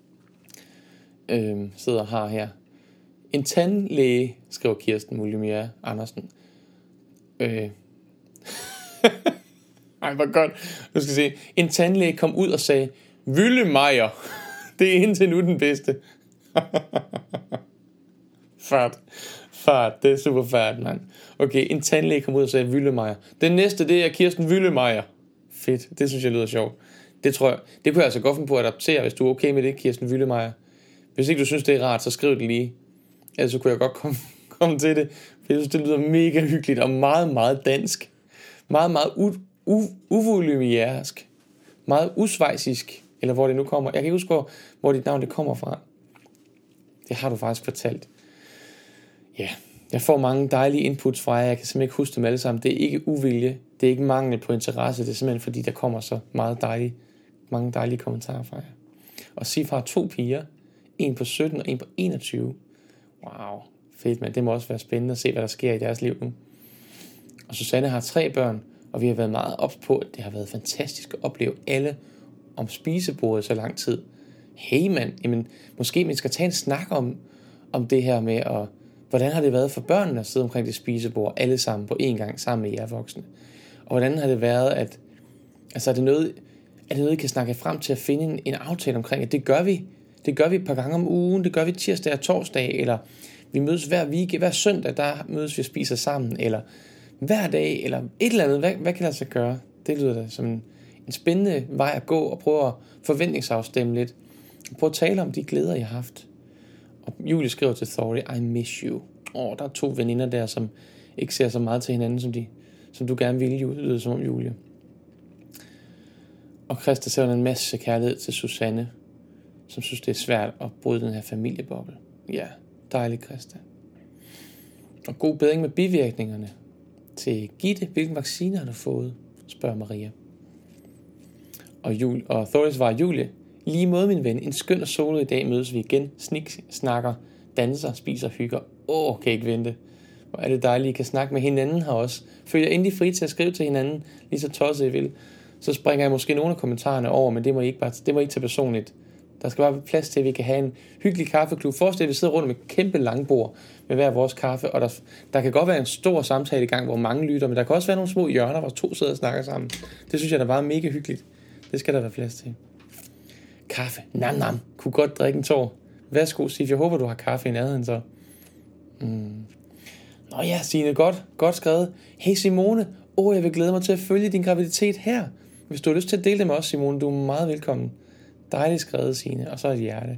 øh, sidder og har her. En tandlæge, skriver Kirsten Mulimia Andersen. Øh. Ej, hvor godt. Nu skal se. En tandlæge kom ud og sagde, Vyllemeier, det er indtil nu den bedste. Fart. Fart, det er super fart, mand. Okay, en tandlæge kom ud og sagde Vyllemeier. Den næste, det er Kirsten Vyllemeier. Fedt, det synes jeg lyder sjovt. Det tror jeg, det kunne jeg altså godt finde på at adaptere, hvis du er okay med det, Kirsten Vyllemeier. Hvis ikke du synes, det er rart, så skriv det lige. Ellers så kunne jeg godt komme, komme til det. For jeg synes, det lyder mega hyggeligt og meget, meget dansk. Meget, meget u- u- uvolumerisk. Meget usvejsisk. Eller hvor det nu kommer. Jeg kan ikke huske, hvor, hvor dit navn det kommer fra. Det har du faktisk fortalt. Ja, jeg får mange dejlige inputs fra jer. Jeg kan simpelthen ikke huske dem alle sammen. Det er ikke uvilje. Det er ikke mangel på interesse. Det er simpelthen fordi, der kommer så meget dejlige, mange dejlige kommentarer fra jer. Og Sif har to piger. En på sytten og en på enogtyve. Wow, fedt, men det må også være spændende at se, hvad der sker i deres liv nu. Og Susanne har tre børn, og vi har været meget ops på, at det har været fantastisk at opleve alle om spisebordet så lang tid. Hey mand, jamen, måske man skal tage en snak om, om det her med, at, hvordan har det været for børnene at sidde omkring det spisebord, alle sammen på én gang, sammen med jer voksne. Og hvordan har det været, at altså, er det noget, er det noget, I kan snakke frem til at finde en, en aftale omkring, at det gør vi. Det gør vi et par gange om ugen, det gør vi tirsdag og torsdag, eller vi mødes hver weekend, hver søndag, der mødes vi og spiser sammen, eller hver dag, eller et eller andet. Hvad, hvad kan der så gøre? Det lyder da som en, en spændende vej at gå, og prøve at forventningsafstemme lidt. Prøve at tale om de glæder, jeg har haft. Og Julie skriver til Thori, I miss you. Åh, der er to veninder der, som ikke ser så meget til hinanden, som, de, som du gerne ville, det lyder som om Julie. Og Christa sender en masse kærlighed til Susanne, som synes, det er svært at bryde den her familieboble. Ja, dejligt, Christa. Og god bedring med bivirkningerne. Til Gitte, hvilken vaccine har du fået? Spørger Maria. Og, Jul, og Thoris var Julie. Lige måde, min ven. En skøn og solet i dag mødes vi igen. Snik, snakker, danser, spiser, hygger. Åh, kan ikke vente. Hvor er det dejligt, I kan snakke med hinanden her også. Følg jer endelig fri til at skrive til hinanden, lige så tosset I vil. Så springer jeg måske nogle af kommentarerne over, men det må I ikke, bare, det må I ikke tage personligt. Der skal bare være plads til, at vi kan have en hyggelig kaffeklub. Forestil, at vi sidder rundt med et kæmpe langbord med hver vores kaffe, og der, der kan godt være en stor samtale i gang, hvor mange lytter, men der kan også være nogle små hjørner, hvor to sidder og snakker sammen. Det synes jeg, der var mega hyggeligt. Det skal der være plads til. Kaffe. Nam nam. Kunne godt drikke en tår. Værsgo, Sif. Jeg håber, du har kaffe i nærheden så. Mm. Nå ja, Signe. Godt. Godt skrevet. Hey Simone. Åh, oh, jeg vil glæde mig til at følge din graviditet her. Hvis du har lyst til at dele det med os, Simone, du er meget velkommen. Dejligt skrevet, Signe. Og så et hjerte.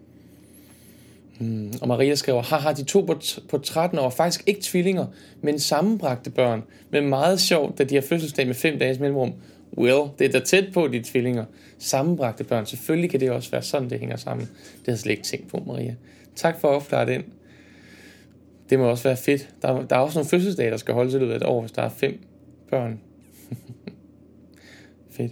Mm. Og Maria skriver, haha, de to på, t- på tretten år, faktisk ikke tvillinger, men sammenbragte børn. Men meget sjovt, da de har fødselsdag med fem dages mellemrum. Well, det er da tæt på, de tvillinger. Sammenbragte børn. Selvfølgelig kan det også være sådan, det hænger sammen. Det har jeg slet ikke tænkt på, Maria. Tak for at opklare den. Det må også være fedt. Der er, der er også nogle fødselsdage, der skal holdes i løbet af et år, hvis der er fem børn. Fedt.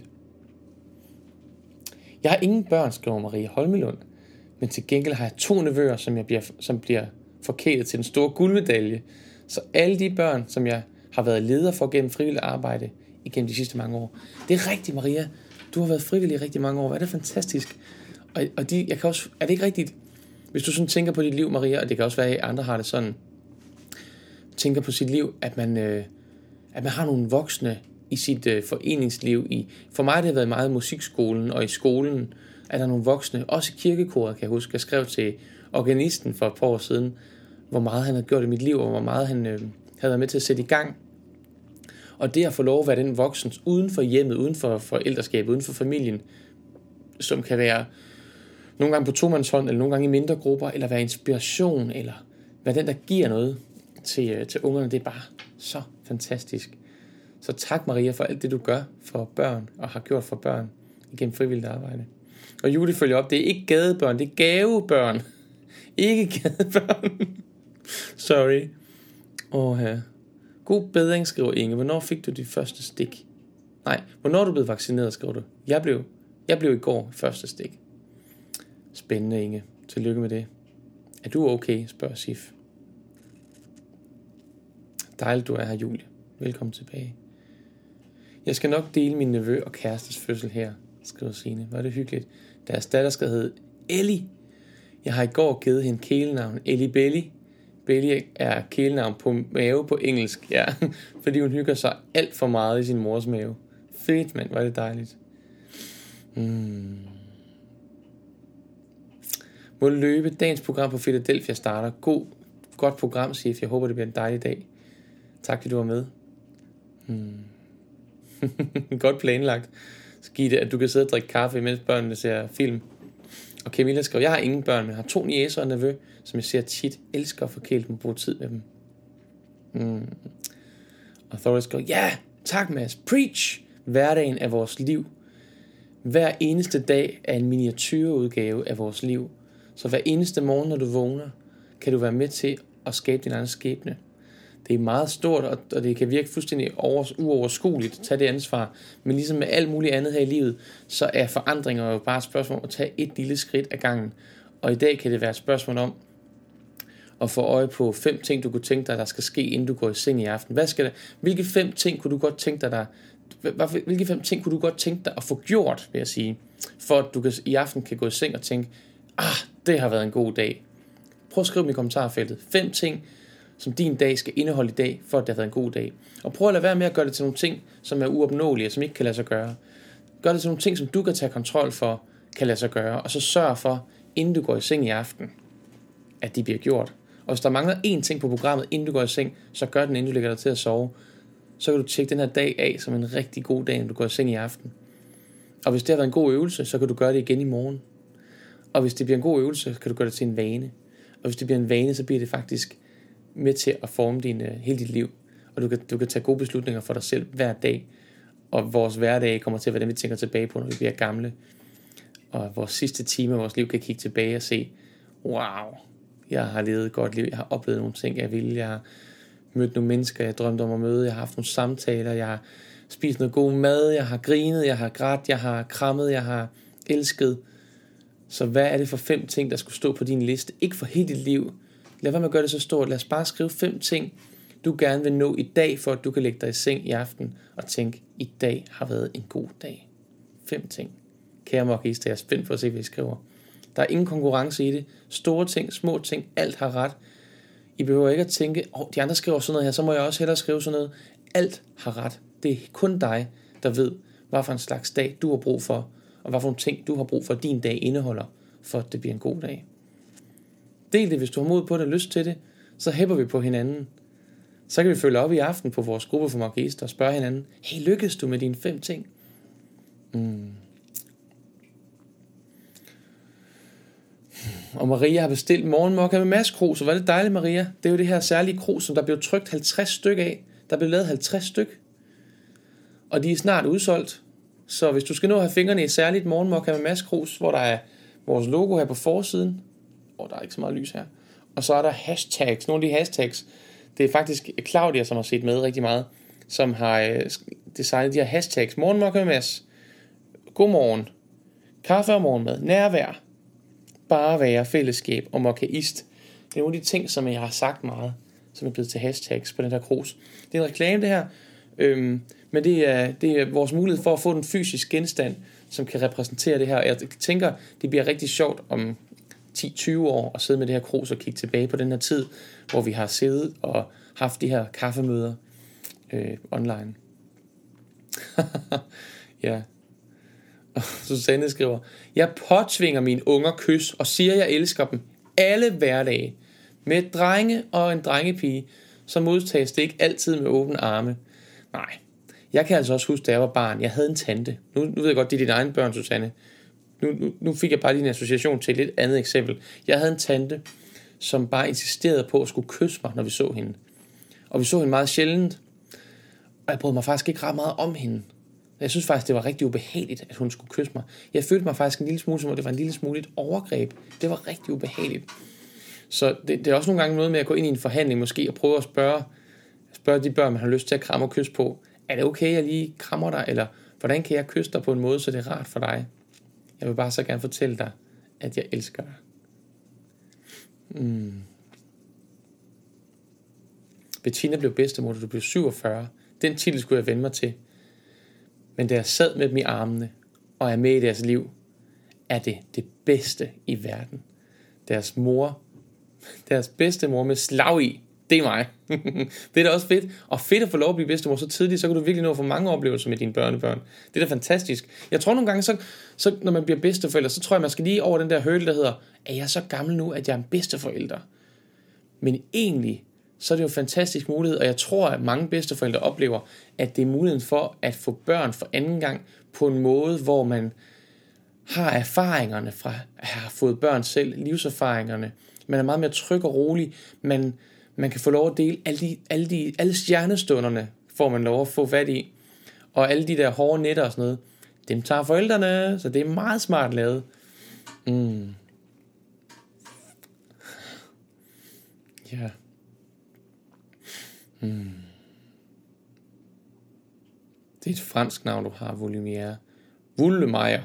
Jeg har ingen børn, skriver Maria Holmelund. Men til gengæld har jeg to nevøer, som, jeg bliver, som bliver forkælet til den store guldmedalje. Så alle de børn, som jeg har været leder for gennem frivilligt arbejde igennem de sidste mange år. Det er rigtigt, Maria. Du har været frivillig i rigtig mange år. Hvad er det fantastisk. Og, og de, jeg kan også, er det ikke rigtigt, hvis du sådan tænker på dit liv, Maria, og det kan også være, at andre har det sådan, tænker på sit liv, at man, øh, at man har nogle voksne i sit øh, foreningsliv. I, for mig det har været meget i musikskolen og i skolen, at der er nogle voksne, også i kirkekoret, kan jeg huske. Jeg skrev til organisten for et par år siden, hvor meget han havde gjort i mit liv, og hvor meget han øh, havde været med til at sætte i gang. Og det at få lov at være den voksen uden for hjemmet, uden for forældreskabet, uden for familien, som kan være nogle gange på tomandshånd, eller nogle gange i mindre grupper, eller være inspiration, eller være den, der giver noget til, til ungerne, det er bare så fantastisk. Så tak, Maria, for alt det, du gør for børn, og har gjort for børn igennem frivilligt arbejde. Og Julie følger op, det er ikke gadebørn, det er gavebørn. Ikke gadebørn. Sorry. Åh, ja. God bedring, skriver Inge. Hvornår fik du dit første stik? Nej, hvornår er du blevet vaccineret, skriver du. Jeg blev, jeg blev i går første stik. Spændende, Inge. Tillykke med det. Er du okay, spørger Sif. Dejligt, du er her, Julie. Velkommen tilbage. Jeg skal nok dele min nevø og kærestes fødsel her, skriver Signe. Hvor er det hyggeligt. Deres datter skal hedde Ellie. Jeg har i går givet hende kælenavn Ellie Belly. Belly er kælenavn på mave på engelsk, ja, fordi hun hygger sig alt for meget i sin mors mave. Fedt, mand, hvor er det dejligt. Mm. Må løbe. Dagens program på Philadelphia starter. God, godt program, Sif. Jeg håber, det bliver en dejlig dag. Tak, fordi du var med. Mm. Godt planlagt. Gitte, at du kan sidde og drikke kaffe, mens børnene ser film. Og Camilla skrev, jeg har ingen børn, men har to niecer og nevø, som jeg ser tit, elsker at forkæle dem og bruge tid med dem. Mm. Og Thora skrev, ja, tak Mads, preach! Hverdagen er vores liv. Hver eneste dag er en miniatyrudgave af vores liv. Så hver eneste morgen, når du vågner, kan du være med til at skabe din egen skæbne. Det er meget stort, og det kan virke fuldstændig uoverskueligt at tage det ansvar. Men ligesom med alt muligt andet her i livet, så er forandringer jo bare et spørgsmål om at tage et lille skridt ad gangen. Og i dag kan det være et spørgsmål om at få øje på fem ting, du kunne tænke dig, der skal ske, inden du går i seng i aften. Hvad skal der, hvilke fem ting kunne du godt tænke dig, der, hvilke fem ting kunne du godt tænke dig at få gjort, vil jeg sige, for at du kan, i aften kan gå i seng og tænke, ah, det har været en god dag. Prøv at skrive dem i kommentarfeltet. Fem ting, som din dag skal indeholde i dag, for at det har været en god dag. Og prøv at lade være med at gøre det til nogle ting, som er uopnåelige, som ikke kan lade sig gøre. Gør det til nogle ting, som du kan tage kontrol for, kan lade sig gøre. Og så sørg for, inden du går i seng i aften, at de bliver gjort. Og hvis der mangler én ting på programmet, inden du går i seng, så gør den, inden du lægger dig til at sove. Så kan du tjekke den her dag af som en rigtig god dag, når du går i seng i aften. Og hvis det har været en god øvelse, så kan du gøre det igen i morgen. Og hvis det bliver en god øvelse, kan du gøre det til en vane. Og hvis det bliver en vane, så bliver det faktisk med til at forme din, uh, hele dit liv. Og du kan, du kan tage gode beslutninger for dig selv hver dag. Og vores hverdag kommer til at være det, vi tænker tilbage på, når vi bliver gamle. Og vores sidste time af vores liv kan kigge tilbage og se, wow, jeg har levet et godt liv, jeg har oplevet nogle ting, jeg ville, jeg har mødt nogle mennesker, jeg drømte om at møde, jeg har haft nogle samtaler, jeg har spist noget god mad, jeg har grinet, jeg har grædt, jeg har krammet, jeg har elsket. Så hvad er det for fem ting, der skulle stå på din liste? Ikke for hele dit liv. Lad være med at gøre det så stort. Lad os bare skrive fem ting, du gerne vil nå i dag, for at du kan lægge dig i seng i aften og tænke, i dag har været en god dag. Fem ting. Kære mokkister, jeg er spændt på at se, hvad I skriver. Der er ingen konkurrence i det. Store ting, små ting, alt har ret. I behøver ikke at tænke, åh, oh, de andre skriver sådan noget her, så må jeg også hellere skrive sådan noget. Alt har ret. Det er kun dig, der ved, hvad for en slags dag du har brug for, og hvad for nogle ting du har brug for, at din dag indeholder, for at det bliver en god dag. Del det, hvis du har mod på det og lyst til det, så hæpper vi på hinanden. Så kan vi følge op i aften på vores gruppe for mokkister og spørge hinanden, hey, lykkedes du med dine fem ting? Mm. Og Maria har bestilt morgenmokka med Mads Krus, og hvor er det dejligt, Maria. Det er jo det her særlige krus, som der blev trykt halvtreds styk af. Der blev lavet halvtreds styk. Og de er snart udsolgt. Så hvis du skal nå at have fingrene i et særligt morgenmokka med Mads Krus, hvor der er vores logo her på forsiden. Åh, der er ikke så meget lys her. Og så er der hashtags. Nogle af de hashtags. Det er faktisk Claudia, som har set med rigtig meget, som har øh, designet de her hashtags. Morgenmokka med Mads. Godmorgen. Kaffe og morgenmad. Nærvær. Bare være, fællesskab og mokkaist. Det er nogle af de ting, som jeg har sagt meget, som er blevet til hashtags på den her krus. Det er en reklame, det her. Øhm, men det er, det er vores mulighed for at få den fysiske genstand, som kan repræsentere det her. Jeg tænker, det bliver rigtig sjovt om ti til tyve år at sidde med det her krus og kigge tilbage på den her tid, hvor vi har siddet og haft de her kaffemøder øh, online. Ja. Og Susanne skriver, jeg påtvinger mine unger kys og siger, jeg elsker dem alle hverdage. Med et drenge og en drengepige, så modtages det ikke altid med åbne arme. Nej, jeg kan altså også huske, da jeg var barn, jeg havde en tante. Nu, nu ved jeg godt, det er dine egne børn, Susanne. Nu, nu, nu fik jeg bare lige en association til et lidt andet eksempel. Jeg havde en tante, som bare insisterede på at skulle kysse mig, når vi så hende. Og vi så hende meget sjældent. Og jeg brød mig faktisk ikke ret meget om hende. Jeg synes faktisk, det var rigtig ubehageligt, at hun skulle kysse mig. Jeg følte mig faktisk en lille smule, som om det var en lille smule et overgreb. Det var rigtig ubehageligt. Så det, det er også nogle gange noget med at gå ind i en forhandling måske og prøve at spørge, spørge de børn, man har lyst til at kramme og kysse på. Er det okay, at jeg lige krammer dig? Eller hvordan kan jeg kysse dig på en måde, så det er rart for dig? Jeg vil bare så gerne fortælle dig, at jeg elsker dig. Mm. Bettina blev bedstemor, da du blev syvogfyrre. Den titel skulle jeg vende mig til. Men da jeg sad med dem i armene og er med i deres liv, er det det bedste i verden. Deres mor, deres bedstemor med slag i, det er mig. Det er da også fedt. Og fedt at få lov at blive bedstemor så tidligt, så kan du virkelig nå at få mange oplevelser med dine børnebørn. Det er da fantastisk. Jeg tror nogle gange, så, så når man bliver bedsteforælder, så tror jeg, man skal lige over den der hurdle, der hedder, er jeg så gammel nu, at jeg er en bedsteforælder? Men egentlig, så er det jo en fantastisk mulighed, og jeg tror, at mange bedsteforældre oplever, at det er muligheden for at få børn for anden gang på en måde, hvor man har erfaringerne fra at have fået børn selv, livserfaringerne. Man er meget mere tryg og rolig. Man, man kan få lov at dele alle, de, alle, de, alle stjernestunderne, får man lov at få fat i. Og alle de der hårde nætter og sådan noget, dem tager forældrene, så det er meget smart lavet. Mm. Ja. Mm. Det er et fransk navn, du har, Volumia. Wullemeier.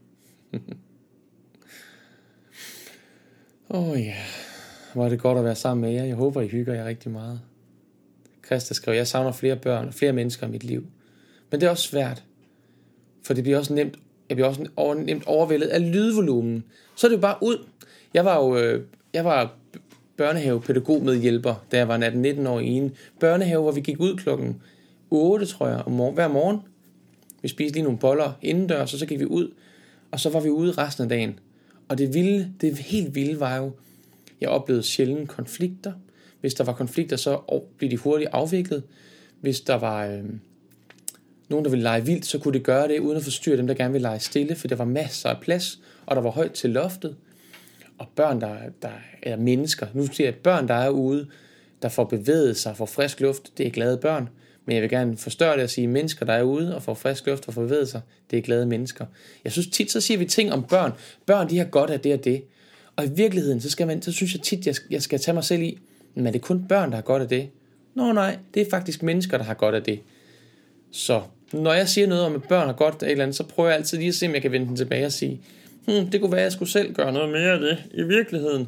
Åh oh, ja, yeah. Hvor er det godt at være sammen med jer. Jeg håber, I hygger jer rigtig meget. Christa skrev, jeg savner flere børn og flere mennesker i mit liv. Men det er også svært. For det bliver også nemt, jeg bliver også over, nemt overvældet af lydvolumen. Så er det jo bare ud. Jeg var jo øh, jeg var børnehavepædagog med hjælper, da jeg var atten nitten år i en børnehave, hvor vi gik ud klokken otte, tror jeg, om morgen, hver morgen. Vi spiste lige nogle boller indendørs, og så gik vi ud. Og så var vi ude resten af dagen. Og det vilde, det helt vilde var jo, jeg oplevede sjældent konflikter. Hvis der var konflikter, så blev de hurtigt afviklet. Hvis der var øh, nogen, der ville lege vildt, så kunne det gøre det, uden at forstyrre dem, der gerne ville lege stille, for der var masser af plads, og der var højt til loftet. Og børn, der, der er mennesker, nu siger jeg, børn, der er ude, der får bevæget sig, får frisk luft, det er glade børn. Men jeg vil gerne forstørre det og sige, mennesker, der er ude og får frisk luft og får bevæget sig, det er glade mennesker. Jeg synes tit, så siger vi ting om børn. Børn, de har godt af det og det. Og i virkeligheden, så, skal man, så synes jeg tit, jeg, jeg skal tage mig selv i, men er det kun børn, der har godt af det? Nå nej, det er faktisk mennesker, der har godt af det. Så når jeg siger noget om, at børn har godt af et eller andet, så prøver jeg altid lige at se, om jeg kan vende den tilbage og sige, hmm, det kunne være, at jeg skulle selv gøre noget mere af det i virkeligheden.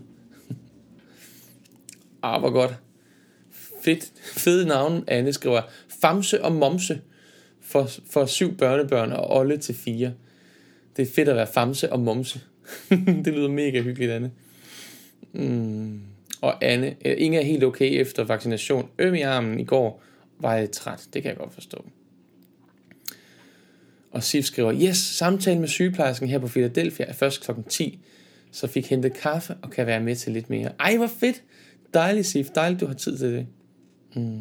Ah, hvor godt. Fedt, fede navn, Anne skriver, Famse og Momse for, for syv børnebørn og Olle til fire. Det er fedt at være Famse og Momse. Det lyder mega hyggeligt, Anne. Mm. Og Anne, Inge er helt okay efter vaccination. Øm i armen i går, var jeg træt. Det kan jeg godt forstå. Og Sif skriver, yes, samtalen med sygeplejersken her på Philadelphia er først klokken ti, så fik hentet kaffe og kan være med til lidt mere. Ej, hvor fedt. Dejligt, Sif. Dejligt, du har tid til det. Mm.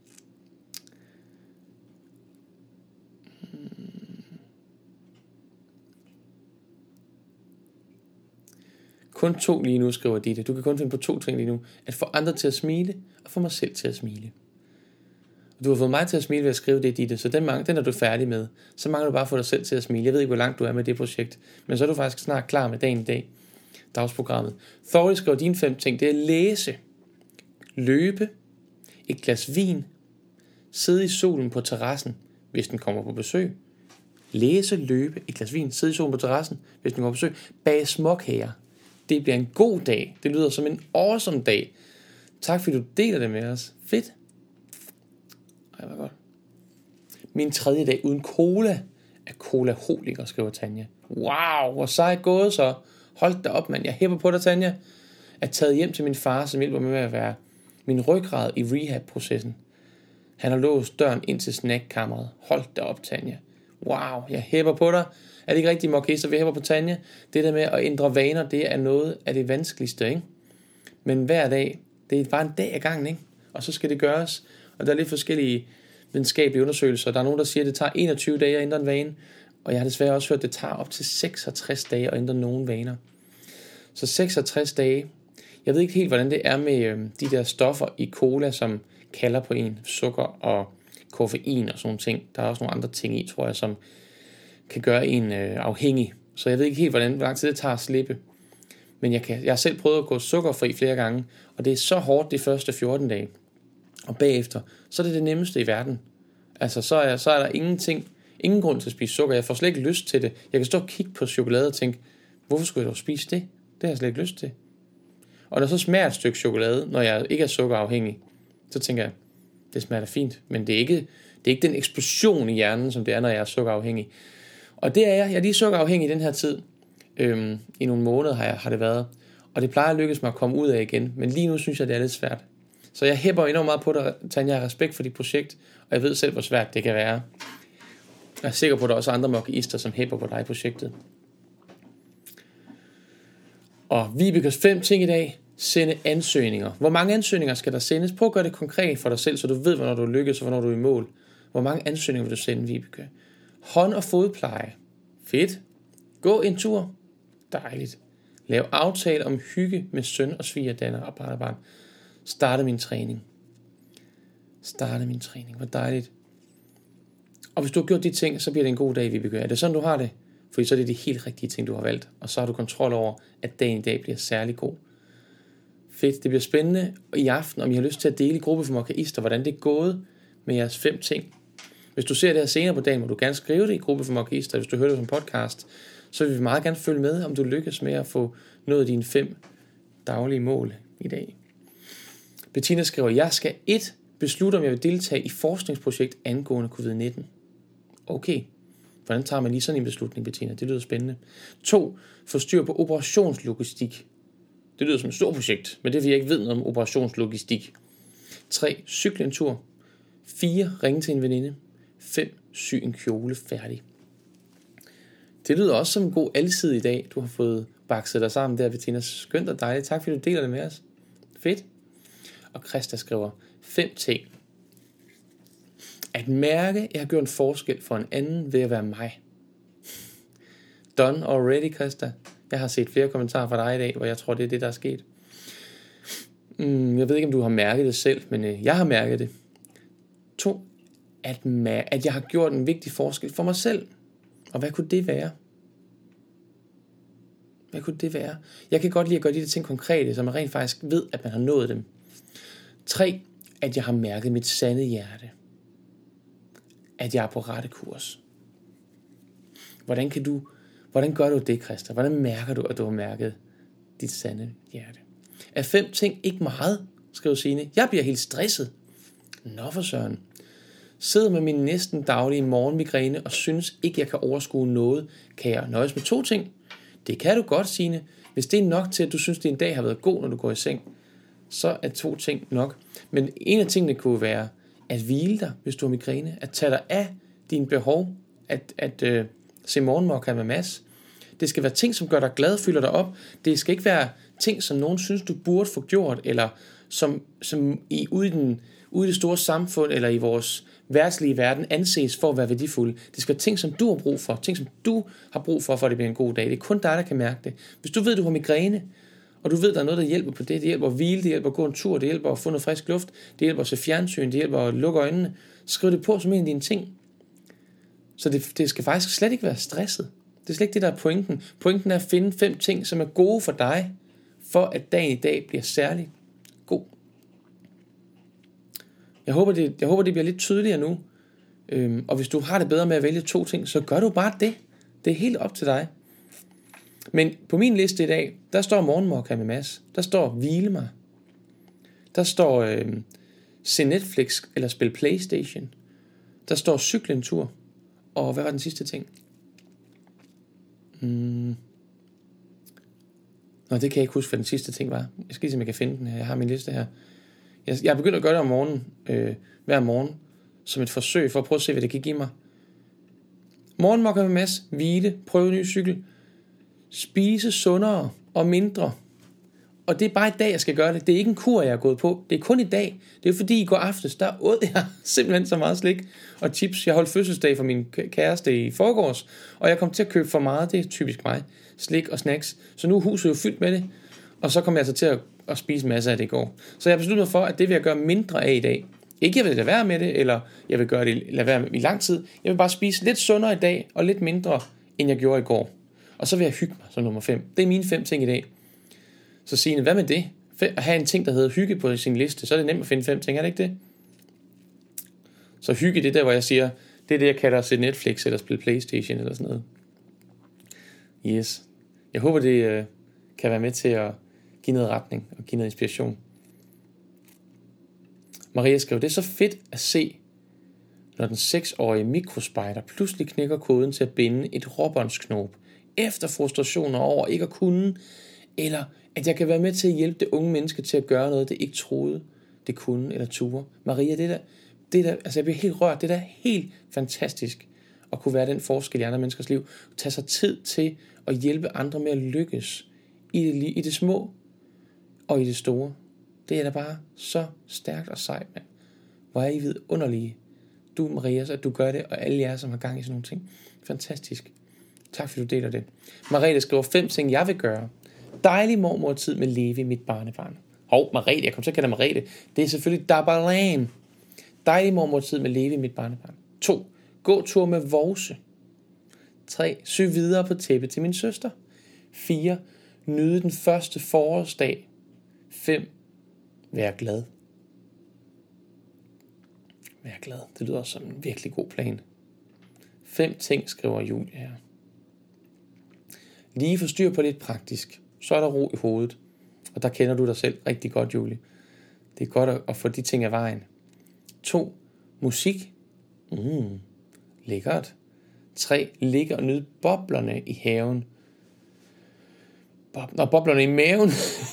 Kun to lige nu, skriver Ditte. Du kan kun finde på to ting lige nu. At få andre til at smile, og få mig selv til at smile. Og du har fået mig til at smile ved at skrive det, Ditte, så den, mangler, den er du færdig med. Så mangler du bare at få dig selv til at smile. Jeg ved ikke, hvor langt du er med det projekt, men så er du faktisk snart klar med dagen i dag. Dagsprogrammet. Thorly skriver dine fem ting. Det er læse, løbe, et glas vin, sidde i solen på terrassen, hvis den kommer på besøg. Læse, løbe, et glas vin, sidde i solen på terrassen, hvis den kommer på besøg. Bage småkager. Det bliver en god dag. Det lyder som en awesome dag. Tak fordi du deler det med os. Fedt. Ej, hvor godt. Min tredje dag uden cola er colaholiker, skriver Tanja. Wow, hvor sejt gået så. Hold da op, mand. Jeg hæpper på dig, Tanja. Er taget hjem til min far, som hjælper med at være min ryggrad i rehab-processen. Han har låst døren ind til snackkammeret. Hold da op, Tanja. Wow, jeg hæpper på dig. Er det ikke rigtigt, Marquesa? Vi hæpper på Tanja. Det der med at ændre vaner, det er noget af det vanskeligste, ikke? Men hver dag, det er bare en dag ad gangen, ikke? Og så skal det gøres. Og der er lidt forskellige videnskabelige undersøgelser. Der er nogen, der siger, at det tager enogtyve dage at ændre en vane. Og jeg har desværre også hørt, at det tager op til seksogtres dage at ændre nogle vaner. Så seksogtres dage. Jeg ved ikke helt, hvordan det er med øh, de der stoffer i cola, som kalder på en. Sukker og koffein og sådan ting. Der er også nogle andre ting i, tror jeg, som kan gøre en øh, afhængig. Så jeg ved ikke helt, hvordan hvor lang tid det tager at slippe. Men jeg, kan, jeg har selv prøvet at gå sukkerfri flere gange, og det er så hårdt de første fjorten dage. Og bagefter, så er det det nemmeste i verden. Altså, så er, så er der ingenting, ingen grund til at spise sukker. Jeg får slet ikke lyst til det. Jeg kan stå og kigge på chokolade og tænke, hvorfor skulle jeg dog spise det? Det har jeg slet ikke lyst til. Og når så smager et stykke chokolade, når jeg ikke er sukkerafhængig, så tænker jeg, det smager da fint, men det er ikke, det er ikke den eksplosion i hjernen, som det er, når jeg er sukkerafhængig. Og det er jeg. Jeg er lige sukkerafhængig i den her tid. Øhm, I nogle måneder har, jeg, har det været. Og det plejer at lykkes mig at komme ud af igen. Men lige nu synes jeg, det er lidt svært. Så jeg hæpper enormt meget på dig, Tanja. Jeg har respekt for dit projekt. Og jeg ved selv, hvor svært det kan være. Jeg er sikker på, at der er også andre mokkeister, som hæpper på dig i projektet. Og Vibekes fem ting i dag. Sende ansøgninger. Hvor mange ansøgninger skal der sendes? Prøv at gøre det konkret for dig selv, så du ved, hvornår du lykkes og hvornår du er i mål. Hvor mange ansøgninger vil du sende, Vibeke? Hånd- og fodpleje. Fedt. Gå en tur. Dejligt. Lav aftale om hygge med søn og svigerdatter og barnebarn. Starte min træning. Starte min træning. Hvor dejligt. Og hvis du har gjort de ting, så bliver det en god dag, vi begynder. Er det sådan, du har det? Fordi så er det de helt rigtige ting, du har valgt. Og så har du kontrol over, at dagen i dag bliver særlig god. Fedt. Det bliver spændende i aften, om I har lyst til at dele i gruppe for mokaister, hvordan det er gået med jeres fem ting. Hvis du ser det her senere på dagen, må du gerne skrive det i gruppe for mokaister. Hvis du hører det som podcast, så vil vi meget gerne følge med, om du lykkes med at få nået dine fem daglige mål i dag. Bettina skriver, jeg skal et beslutte, om jeg vil deltage i forskningsprojekt angående covid nitten. Okay. Hvordan tager man lige sådan en beslutning, Bettina? Det lyder spændende. to. Få styr på operationslogistik. Det lyder som et stort projekt, men det er, fordi jeg ikke ved noget om operationslogistik. tre. Cykle en tur. fire. Ringe til en veninde. fem. Sy en kjole færdig. Det lyder også som en god alsidig dag, du har fået bakset dig sammen der, Bettina. Skønt og dejligt. Tak fordi du deler det med os. Fedt. Og Christa skriver, fem ting. At mærke, at jeg har gjort en forskel for en anden ved at være mig. Done already, Christa. Jeg har set flere kommentarer fra dig i dag, hvor jeg tror, det er det, der er sket. Mm, jeg ved ikke, om du har mærket det selv, men øh, jeg har mærket det. to. At, mær- at jeg har gjort en vigtig forskel for mig selv. Og hvad kunne det være? Hvad kunne det være? Jeg kan godt lide at gøre de der ting konkrete, så man rent faktisk ved, at man har nået dem. tre. At jeg har mærket mit sande hjerte. At jeg er på rette kurs. Hvordan kan du, hvordan gør du det, Christa? Hvordan mærker du, at du har mærket dit sande hjerte? Er fem ting ikke meget, skriver Signe. Jeg bliver helt stresset. Nå for søren. Sidder med min næsten daglige morgenmigræne og synes ikke, jeg kan overskue noget. Kan jeg nøjes med to ting? Det kan du godt, Signe. Hvis det er nok til, at du synes, at din dag har været god, når du går i seng, så er to ting nok. Men en af tingene kunne være at hvile dig, hvis du har migræne. At tage dig af dine behov. At, at øh, se morgenmokka med Mads. Det skal være ting, som gør dig glad, fylder dig op. Det skal ikke være ting, som nogen synes, du burde få gjort, eller som, som i, ude, i den, ude i det store samfund, eller i vores værtslige verden, anses for at være værdifulde. Det skal være ting, som du har brug for. Ting, som du har brug for, for at det bliver en god dag. Det er kun dig, der kan mærke det. Hvis du ved, du har migræne, og du ved, der er noget, der hjælper på det. Det hjælper at hvile, det hjælper at gå en tur, det hjælper at få noget frisk luft, det hjælper at se fjernsyn, det hjælper at lukke øjnene. Skriv det på som en af dine ting. Så det, det skal faktisk slet ikke være stresset. Det er slet ikke det, der er pointen. Pointen er at finde fem ting, som er gode for dig, for at dagen i dag bliver særlig god. Jeg håber, det, jeg håber, det bliver lidt tydeligere nu. Øhm, og hvis du har det bedre med at vælge to ting, så gør du bare det. Det er helt op til dig. Men på min liste i dag, der står morgenmokka med Mads. Der står hvile mig. Der står øh, se Netflix eller spille PlayStation. Der står cykle en tur. Og hvad var den sidste ting? Hmm. Nå, det kan jeg ikke huske, hvad den sidste ting var. Jeg skal lige se, om jeg kan finde den her. Jeg har min liste her. Jeg, jeg er begyndt at gøre det om morgenen. Øh, hver morgen. Som et forsøg for at prøve at se, hvad det kan give mig. Morgenmokka med Mads. Hvile. Prøve en ny cykel. Spise sundere og mindre. Og det er bare i dag, jeg skal gøre det. Det er ikke en kur, jeg er gået på. Det er kun i dag. Det er fordi i går aftes, der åd jeg simpelthen så meget slik og chips. Jeg holdt fødselsdag for min kæreste i forgårs, og jeg kom til at købe for meget. Det er typisk mig. Slik og snacks. Så nu er huset jo fyldt med det. Og så kom jeg altså til at, at spise masser af det i går. Så jeg besluttede mig for, at det vil jeg gøre mindre af i dag. Ikke jeg vil lade være med det, eller jeg vil gøre det lade være med i lang tid. Jeg vil bare spise lidt sundere i dag, og lidt mindre, end jeg gjorde i går. Og så vil jeg hygge mig som nummer fem. Det er mine fem ting i dag. Så Signe, hvad med det? At have en ting, der hedder hygge på sin liste, så er det nemt at finde fem ting, er det ikke det? Så hygge, det er der, hvor jeg siger, det er det, jeg kalder at se Netflix, eller spille PlayStation, eller sådan noget. Yes. Jeg håber, det øh, kan være med til at give noget retning, og give noget inspiration. Maria skrev, det er så fedt at se, når den seksårige mikrospejder pludselig knækker koden til at binde et råbåndsknob, efter frustrationer over ikke at kunne, eller at jeg kan være med til at hjælpe det unge menneske til at gøre noget, det ikke troede, det kunne eller turde. Maria, det der, det der, altså jeg bliver helt rørt, det der er helt fantastisk at kunne være den forskel i andre menneskers liv. Tage sig tid til at hjælpe andre med at lykkes i det, i det små og i det store. Det er da bare så stærkt og sejt, mand. Hvor er I vidunderlige. Du, Maria, at du gør det, og alle jer, som har gang i sådan nogle ting. Fantastisk. Tak fordi du deler det. Marete skriver fem ting, jeg vil gøre. Dejlig mormor-tid med Levi, mit barnebarn. Hov, Marete, jeg kom til at kalde dig Marete. Det er selvfølgelig Dabalan. Dejlig mormor-tid med Levi, mit barnebarn. to. Gå tur med Vorse. tre. Sy videre på tæppe til min søster. fire. Nyde den første forårsdag. fem. Vær glad. Vær glad. Det lyder som en virkelig god plan. Fem ting, skriver Julie her. Lige få styr på lidt praktisk. Så er der ro i hovedet. Og der kender du dig selv rigtig godt, Julie. Det er godt at, at få de ting af vejen. to. Musik. Mm, lækkert. tre. Ligge og nyde boblerne i haven. Bob- Nå, boblerne i maven.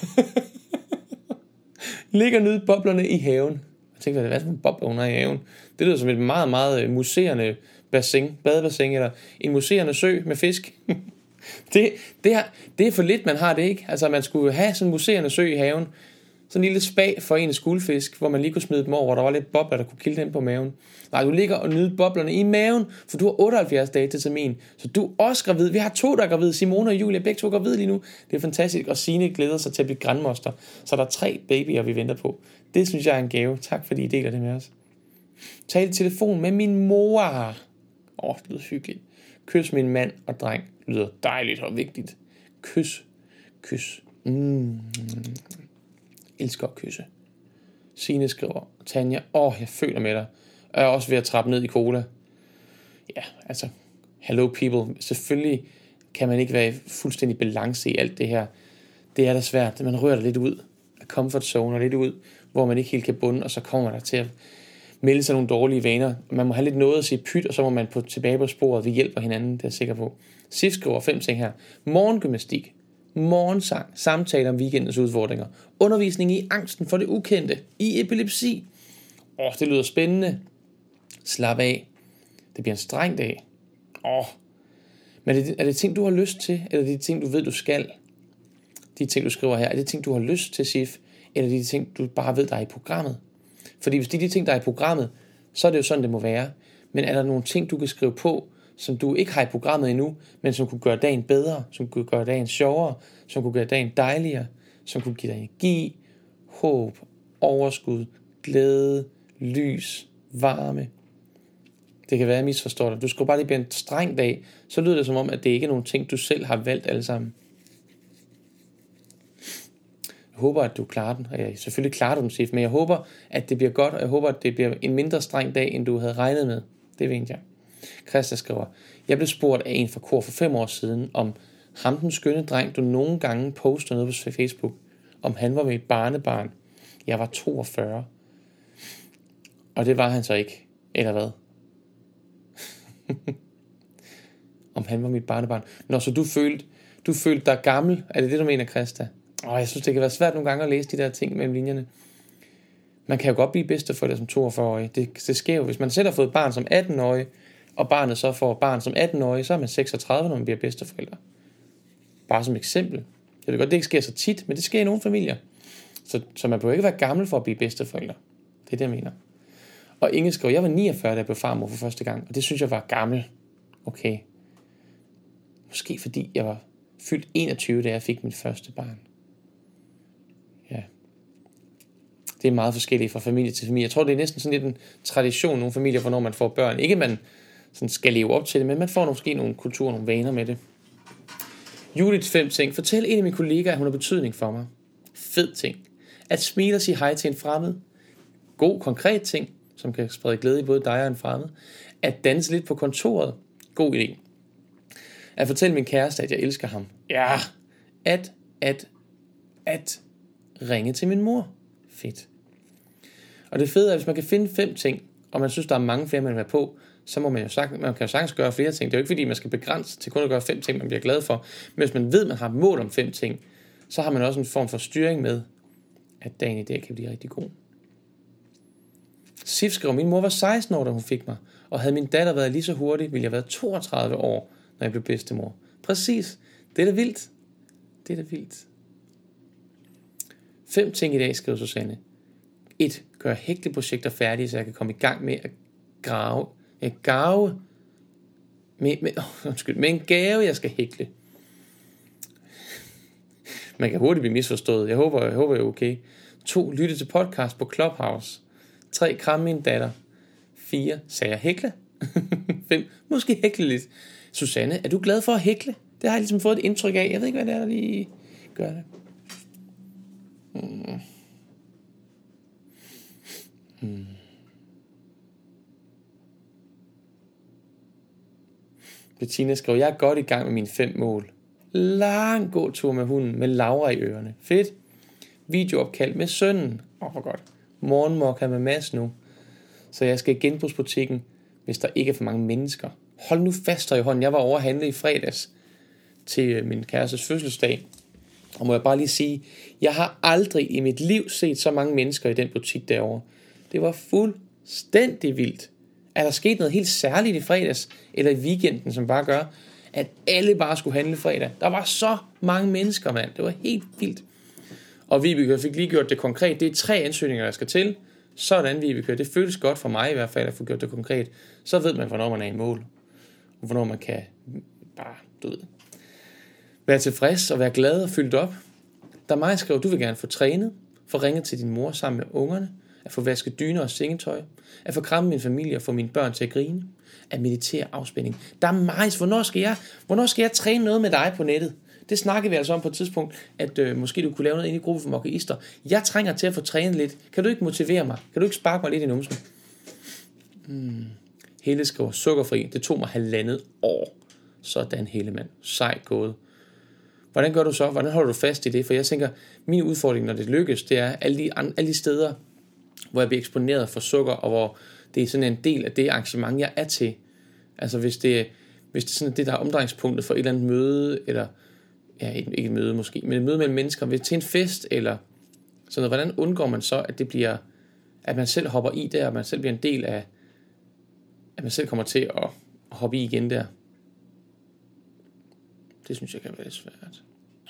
Ligge og nyde boblerne i haven. Jeg tænkte, hvad er det for en bobler under i haven? Det lyder som et meget, meget museerende bassin, badebassin, eller en museerende sø med fisk. det, det, er, det er for lidt, man har det, ikke? Altså, man skulle have sådan en museerende sø i haven. Sådan en lille spag for en skuldfisk, hvor man lige kunne smide dem over, hvor der var lidt bobler, der kunne kilde dem på maven. Nej, du ligger og nyder boblerne i maven, for du har otteoghalvfjerds dage til termin. Så du er også gravid. Vi har to, der er gravid. Simone og Julie er begge to gravid lige nu. Det er fantastisk, og Signe glæder sig til at blive grandmoster. Så der er tre babyer, vi venter på. Det synes jeg er en gave. Tak fordi I deler det med os. Tal i telefon med min mor. Åh, oh, det lyder hyggeligt. Kys min mand og dreng. Det lyder dejligt og vigtigt. Kys. Kys. Mm. Elsker at kysse. Signe skriver, Tanja, åh, oh, jeg føler med dig. Jeg er også ved at trappe ned i cola. Ja, altså, hello people. Selvfølgelig kan man ikke være i fuldstændig balance i alt det her. Det er da svært. Man rører lidt ud af comfort zone og lidt ud, hvor man ikke helt kan bunde, og så kommer der til at melde sig nogle dårlige vaner. Man må have lidt noget at sige pyt, og så må man på tilbage på sporet. Vi hjælper hinanden, det er jeg sikker på. Sif skriver fem ting her. Morgengymnastik. Morgensang, samtaler om weekendens udfordringer, undervisning i angsten for det ukendte, i epilepsi. Åh, oh, det lyder spændende. Slap af. Det bliver en streng dag. Åh. Oh. Men er det, er det ting, du har lyst til, eller er det ting, du ved, du skal? De ting, du skriver her, er det ting, du har lyst til, Sif, eller er det de ting, du bare ved, der er i programmet? Fordi hvis det er de ting, der er i programmet, så er det jo sådan, det må være. Men er der nogle ting, du kan skrive på, som du ikke har i programmet endnu, men som kunne gøre dagen bedre, som kunne gøre dagen sjovere, som kunne gøre dagen dejligere, som kunne give dig energi, håb, overskud, glæde, lys, varme. Det kan være, jeg misforstår dig. Du skal bare lige blive en streng dag, så lyder det som om, at det ikke er nogle ting, du selv har valgt alle sammen. Jeg håber, at du klarer den, og ja, selvfølgelig klarer du den, Sif, men jeg håber, at det bliver godt, og jeg håber, at det bliver en mindre streng dag, end du havde regnet med. Det ved jeg. Christa skriver, jeg blev spurgt af en fra kor for fem år siden, om ham den skønne dreng, du nogle gange poster noget på Facebook, om han var med et barnebarn. Jeg var toogfyrre. Og det var han så ikke. Eller hvad? Om han var mit barnebarn. Nå, så du følte, du følte dig gammel. Er det det, du mener, Christa? Åh, jeg synes, det kan være svært nogle gange at læse de der ting mellem linjerne. Man kan jo godt blive bedsteforælder som toogfyrre-årig. Det, det sker jo. Hvis man selv har fået et barn som atten-årig, og barnet så får barn som atten-årig, så er man seksogtredive, når man bliver bedsteforælder. Bare som eksempel. Jeg ved godt, det ikke sker så tit, men det sker i nogle familier. Så, så man behøver ikke være gammel for at blive bedsteforælder. Det er det, jeg mener. Og Inge skriver, jeg var niogfyrre, da jeg blev farmor for første gang, og det synes jeg var gammel. Okay. Måske fordi jeg var fyldt enogtyve, da jeg fik mit første barn. Ja. Det er meget forskelligt fra familie til familie. Jeg tror, det er næsten sådan lidt en tradition i nogle familier, hvornår man får børn. Ikke at man sådan skal leve op til det, men man får måske nogle kulturer, nogle vaner med det. Judith fem ting. Fortæl en af mine kollegaer, at hun har betydning for mig. Fed ting. At smile og sige hej til en fremmed. God, konkret ting, som kan sprede glæde i både dig og en fremmed. At danse lidt på kontoret. God idé. At fortælle min kæreste, at jeg elsker ham. Ja. At, at, at ringe til min mor. Fedt. Og det fede er, at hvis man kan finde fem ting, og man synes, der er mange flere, man vil være på, så må man jo sagtens, man kan jo sagtens gøre flere ting. Det er jo ikke fordi, man skal begrænse til kun at gøre fem ting, man bliver glad for. Men hvis man ved, man har et mål om fem ting, så har man også en form for styring med, at dagen i dag kan blive rigtig god. Sif skriver, min mor var seksten år, da hun fik mig, og havde min datter været lige så hurtig, ville jeg have været toogtredive år, når jeg blev bedstemor. Præcis. Det er da vildt. Det er da vildt. Fem ting i dag, skriver Susanne. et. Gør hækleprojekter færdige, så jeg kan komme i gang med at grave, at grave, med, med, oh, undskyld, med en gave, jeg skal hækle. Man kan hurtigt blive misforstået. Jeg håber, jeg håber, jeg er okay. To, lytte til podcast på Clubhouse. Tre, kramme min datter. Fire, sagde jeg hækle. Fem, måske hækle lidt. Susanne, er du glad for at hækle? Det har jeg ligesom fået et indtryk af. Jeg ved ikke, hvad det er, der lige gør det. Hmm. Hmm. Bettina skriver, jeg er godt i gang med mine fem mål. Lang gåtur med hunden med Laura i ørerne. Fedt. Videoopkald med sønnen. Åh, oh, hvor godt. Morgenmokka med Mads nu. Så jeg skal i genbrugsbutikken, hvis der ikke er for mange mennesker. Hold nu fast i hånden. Jeg var over at handle i fredags til min kærestes fødselsdag. Og må jeg bare lige sige, jeg har aldrig i mit liv set så mange mennesker i den butik derovre. Det var fuldstændig vildt. Er der sket noget helt særligt i fredags, eller i weekenden, som bare gør, at alle bare skulle handle fredag? Der var så mange mennesker, mand. Det var helt vildt. Og Vibeke fik lige gjort det konkret. Det er tre ansøgninger, der skal til. Sådan, Vibeke. Det føles godt for mig i hvert fald, at få gjort det konkret. Så ved man, hvornår man er i mål. Og hvornår man kan bare, du ved, være tilfreds og være glad og fyldt op. Der er mig, der skriver, du vil gerne få trænet, få ringet til din mor sammen med ungerne, at få vasket dyner og sengetøj, at få kramme min familie og få mine børn til at grine, at meditere afspænding. Der er mig, hvornår skal jeg, hvornår skal jeg træne noget med dig på nettet? Det snakker vi altså om på et tidspunkt, at øh, måske du kunne lave noget ind i gruppe for mokkaister. Jeg trænger til at få trænet lidt. Kan du ikke motivere mig? Kan du ikke sparke mig lidt i numsen? Hmm. Helle skriver sukkerfri. Det tog mig halvandet år. Sådan, Helle, mand. Sej gået. Hvordan gør du så? Hvordan holder du fast i det? For jeg tænker, min udfordring, når det lykkes, det er alle de, alle de steder, hvor jeg bliver eksponeret for sukker, og hvor det er sådan en del af det arrangement, jeg er til. Altså hvis det, hvis det er sådan det, der er omdrejningspunktet for et eller andet møde, eller ja, ikke et møde måske, men et møde mellem mennesker, ved til en fest, eller sådan noget. Hvordan undgår man så, at det bliver, at man selv hopper i der, og man selv bliver en del af, at man selv kommer til at hoppe i igen der? Det synes jeg kan være lidt svært.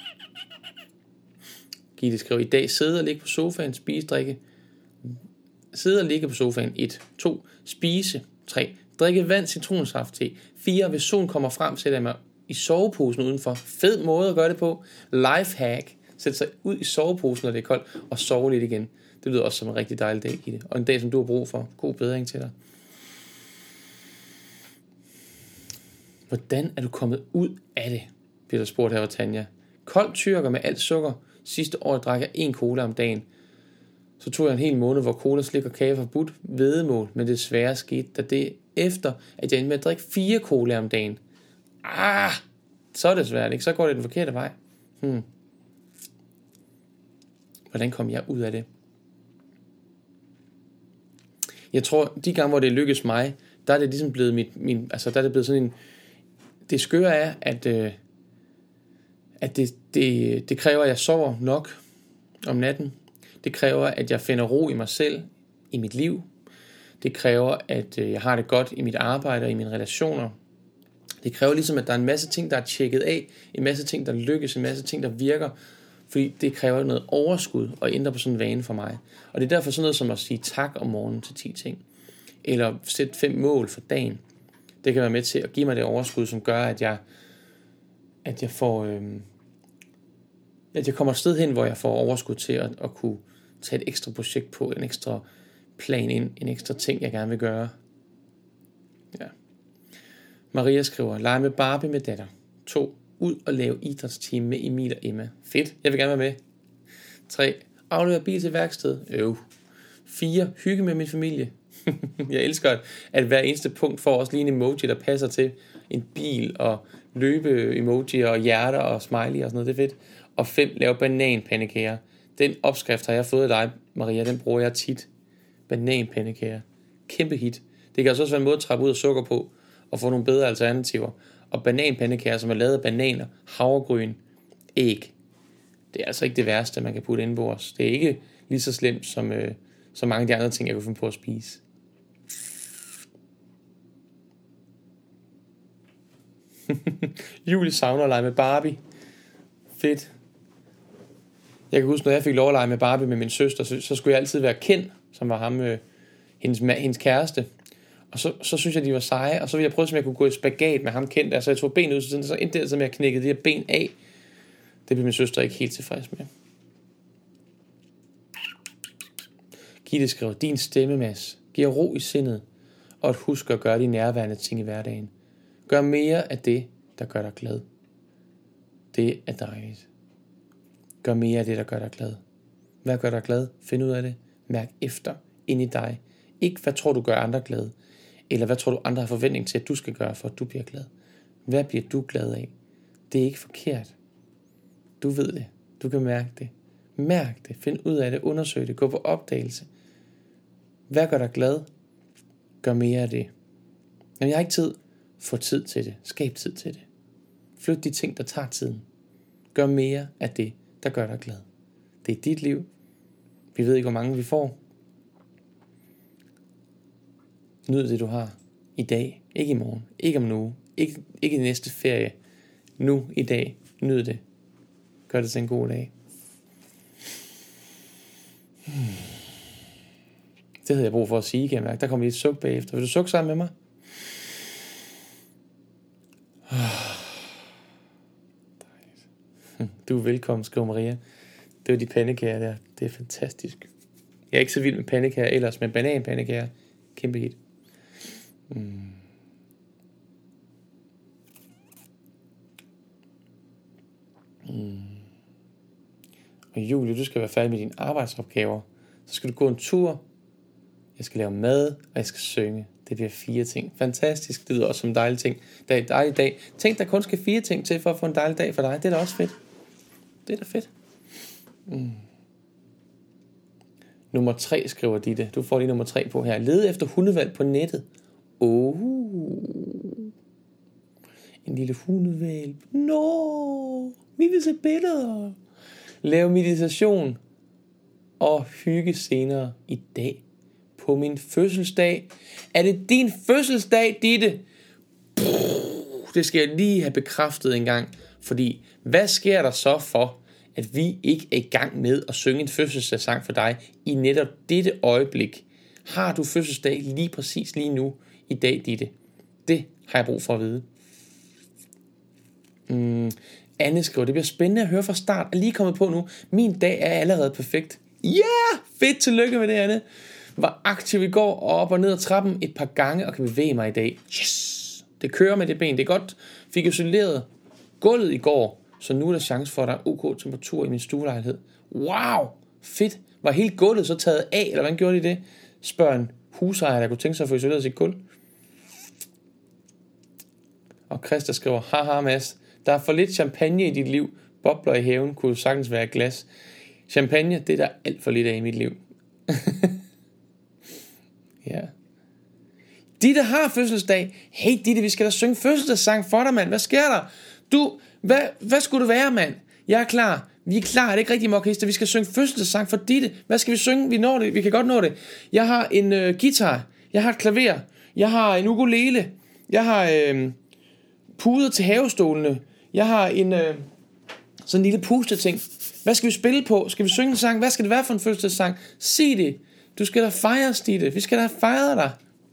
Gitte skriver, i dag sidde og ligge på sofaen, spise, drikke. Sidde og ligge på sofaen. et. to. Spise. tre. Drikke vand, citronsaft, te. fire. Hvis solen kommer frem, sætter jeg mig i soveposen udenfor. Fed måde at gøre det på. Lifehack. Sæt sig ud i soveposen, når det er koldt, og sove lidt igen. Det lyder også som en rigtig dejlig dag, Gitte. Og en dag, som du har brug for. God bedring til dig. Hvordan er du kommet ud af det? Bliver der spurgt her af Tanja. Kold tyrker med alt sukker. Sidste år drak jeg en cola om dagen. Så tog jeg en hel måned, hvor cola, slik og kage var forbudt. Væddemål, men desværre skete der det efter, at jeg endte med at drikke fire cola om dagen. Ah, så er det svært, ikke? Så går det den forkerte vej. Hmm. Hvordan kom jeg ud af det? Jeg tror, de gange, hvor det lykkes mig, der er det ligesom blevet mit, min, altså der er det blevet sådan en, det skøre er, at, øh, at det, det, det kræver, at jeg sover nok om natten. Det kræver, at jeg finder ro i mig selv, i mit liv. Det kræver, at øh, jeg har det godt i mit arbejde og i mine relationer. Det kræver ligesom, at der er en masse ting, der er tjekket af, en masse ting, der lykkes, en masse ting, der virker, fordi det kræver noget overskud at ændre på sådan en vane for mig. Og det er derfor sådan noget som at sige tak om morgenen til ti ting, eller sætte fem mål for dagen. Det kan være med til at give mig det overskud, som gør, at jeg, at jeg får, øh, at jeg kommer et sted hen, hvor jeg får overskud til at, at kunne tage et ekstra projekt på, en ekstra plan ind, en ekstra ting, jeg gerne vil gøre. Ja. Maria skriver, lege med Barbie med datter. to. Ud og lave idrætsteam med Emil og Emma. Fedt, jeg vil gerne være med. tre. Aflevere bil til værksted. Øv. fire. Hygge med min familie. Jeg elsker, at hver eneste punkt får også lige en emoji, der passer til en bil, og løbe emoji og hjerter og smiley og sådan noget. Det er fedt. Og fem. Lave bananpandekager. Den opskrift har jeg fået af dig, Maria. Den bruger jeg tit. Bananpandekager. Kæmpe hit. Det kan altså også være en måde at trappe ud af sukker på, og få nogle bedre alternativer. Og bananpandekager, som er lavet af bananer, havregryn, æg. Det er altså ikke det værste, man kan putte ind på os. Det er ikke lige så slemt, som, øh, som mange af de andre ting, jeg kunne finde på at spise. Julie savner at lege med Barbie. Fedt. Jeg kan huske, når jeg fik lov at lege med Barbie med min søster, så, så skulle jeg altid være Ken, som var ham, øh, hendes, hendes kæreste. Og så, så synes jeg, de var seje, og så ville jeg prøve, om jeg kunne gå i spagat med ham kendt. Altså jeg tog benet ud, så, så endte det altså med at knække de her ben af. Det blev min søster ikke helt tilfreds med. Gitte skriver, din stemme, Mads, giver ro i sindet, og at huske at gøre de nærværende ting i hverdagen. Gør mere af det, der gør dig glad. Det er dejligt. Gør mere af det, der gør dig glad. Hvad gør dig glad? Find ud af det. Mærk efter ind i dig. Ikke hvad tror du gør andre glade, eller hvad tror du andre har forventning til, at du skal gøre, for at du bliver glad. Hvad bliver du glad af? Det er ikke forkert. Du ved det. Du kan mærke det. Mærk det. Find ud af det. Undersøg det. Gå på opdagelse. Hvad gør dig glad? Gør mere af det. Når jeg har ikke tid, få tid til det. Skab tid til det. Flyt de ting, der tager tiden. Gør mere af det, der gør dig glad. Det er dit liv. Vi ved ikke, hvor mange vi får. Nyd det, du har i dag. Ikke i morgen. Ikke om en uge. Ikke, ikke i næste ferie. Nu, i dag. Nyd det. Gør det til en god dag. Hmm. Det havde jeg brug for at sige, kan jeg mærke. Der kommer lige et suk bagefter. Vil du sukke sammen med mig? Du er velkommen, skriver Maria. Det var de pandekager der. Det er fantastisk. Jeg er ikke så vild med pandekager ellers, men bananpandekager, kæmpe hit. Mm. Mm. Og Julie, du skal være færdig med dine arbejdsopgaver. Så skal du gå en tur. Jeg skal lave mad, og jeg skal synge. Det bliver fire ting. Fantastisk. Det lyder også som en dejlig ting. Det er en dejlig dag. Tænk, der kun skal fire ting til for at få en dejlig dag for dig. Det er da også fedt. Det er da fedt. Mm. Nummer tre, skriver Ditte. Du får lige nummer tre på her. Led efter hundevalg på nettet. Oh. En lille hundevalg. Nå. Vi vil se billeder. Lav meditation og hygge senere i dag. På min fødselsdag. Er det din fødselsdag, Ditte? Det skal jeg lige have bekræftet en gang. Fordi, hvad sker der så for, at vi ikke er i gang med at synge en fødselsdagssang for dig i netop dette øjeblik? Har du fødselsdag lige præcis lige nu i dag, Ditte? Det har jeg brug for at vide. Mm. Anne skriver, det bliver spændende at høre fra start. Er lige kommet på nu. Min dag er allerede perfekt. Ja, yeah! Fedt, tillykke med det, Anne. Var aktiv i går og op og ned ad trappen et par gange og kan bevæge mig i dag. Yes! Det kører med det ben. Det er godt. Fik isoleret gulvet i går, så nu er der chance for, at der er ok temperatur i min stuelejlighed. Wow! Fedt. Var hele gulvet så taget af, eller hvordan gjorde de det? Spørger en husejer, der kunne tænke sig at få isoleret sit gulv. Og Christa skriver, haha Mads, der er for lidt champagne i dit liv. Bobler i haven kunne sagtens være et glas. Champagne, det er der alt for lidt af i mit liv. Ja. Ditte har fødselsdag. Hey Ditte, vi skal da synge fødselsdagssang for dig, mand. Hvad sker der? Du, hvad, hvad skulle du være, mand? Jeg er klar. Vi er klar. Er det ikke rigtigt, Morkister? Vi skal synge fødselsdagssang for Ditte. Hvad skal vi synge? Vi når det. Vi kan godt nå det. Jeg har en øh, guitar. Jeg har et klaver. Jeg har en ukulele. Jeg har øh, puder til havestolene. Jeg har en øh, sådan en lille pusteting. Hvad skal vi spille på? Skal vi synge en sang? Hvad skal det være for en fødselsdagssang? Sig det. Du skal da fejres, Ditte. Vi skal da fejre dig.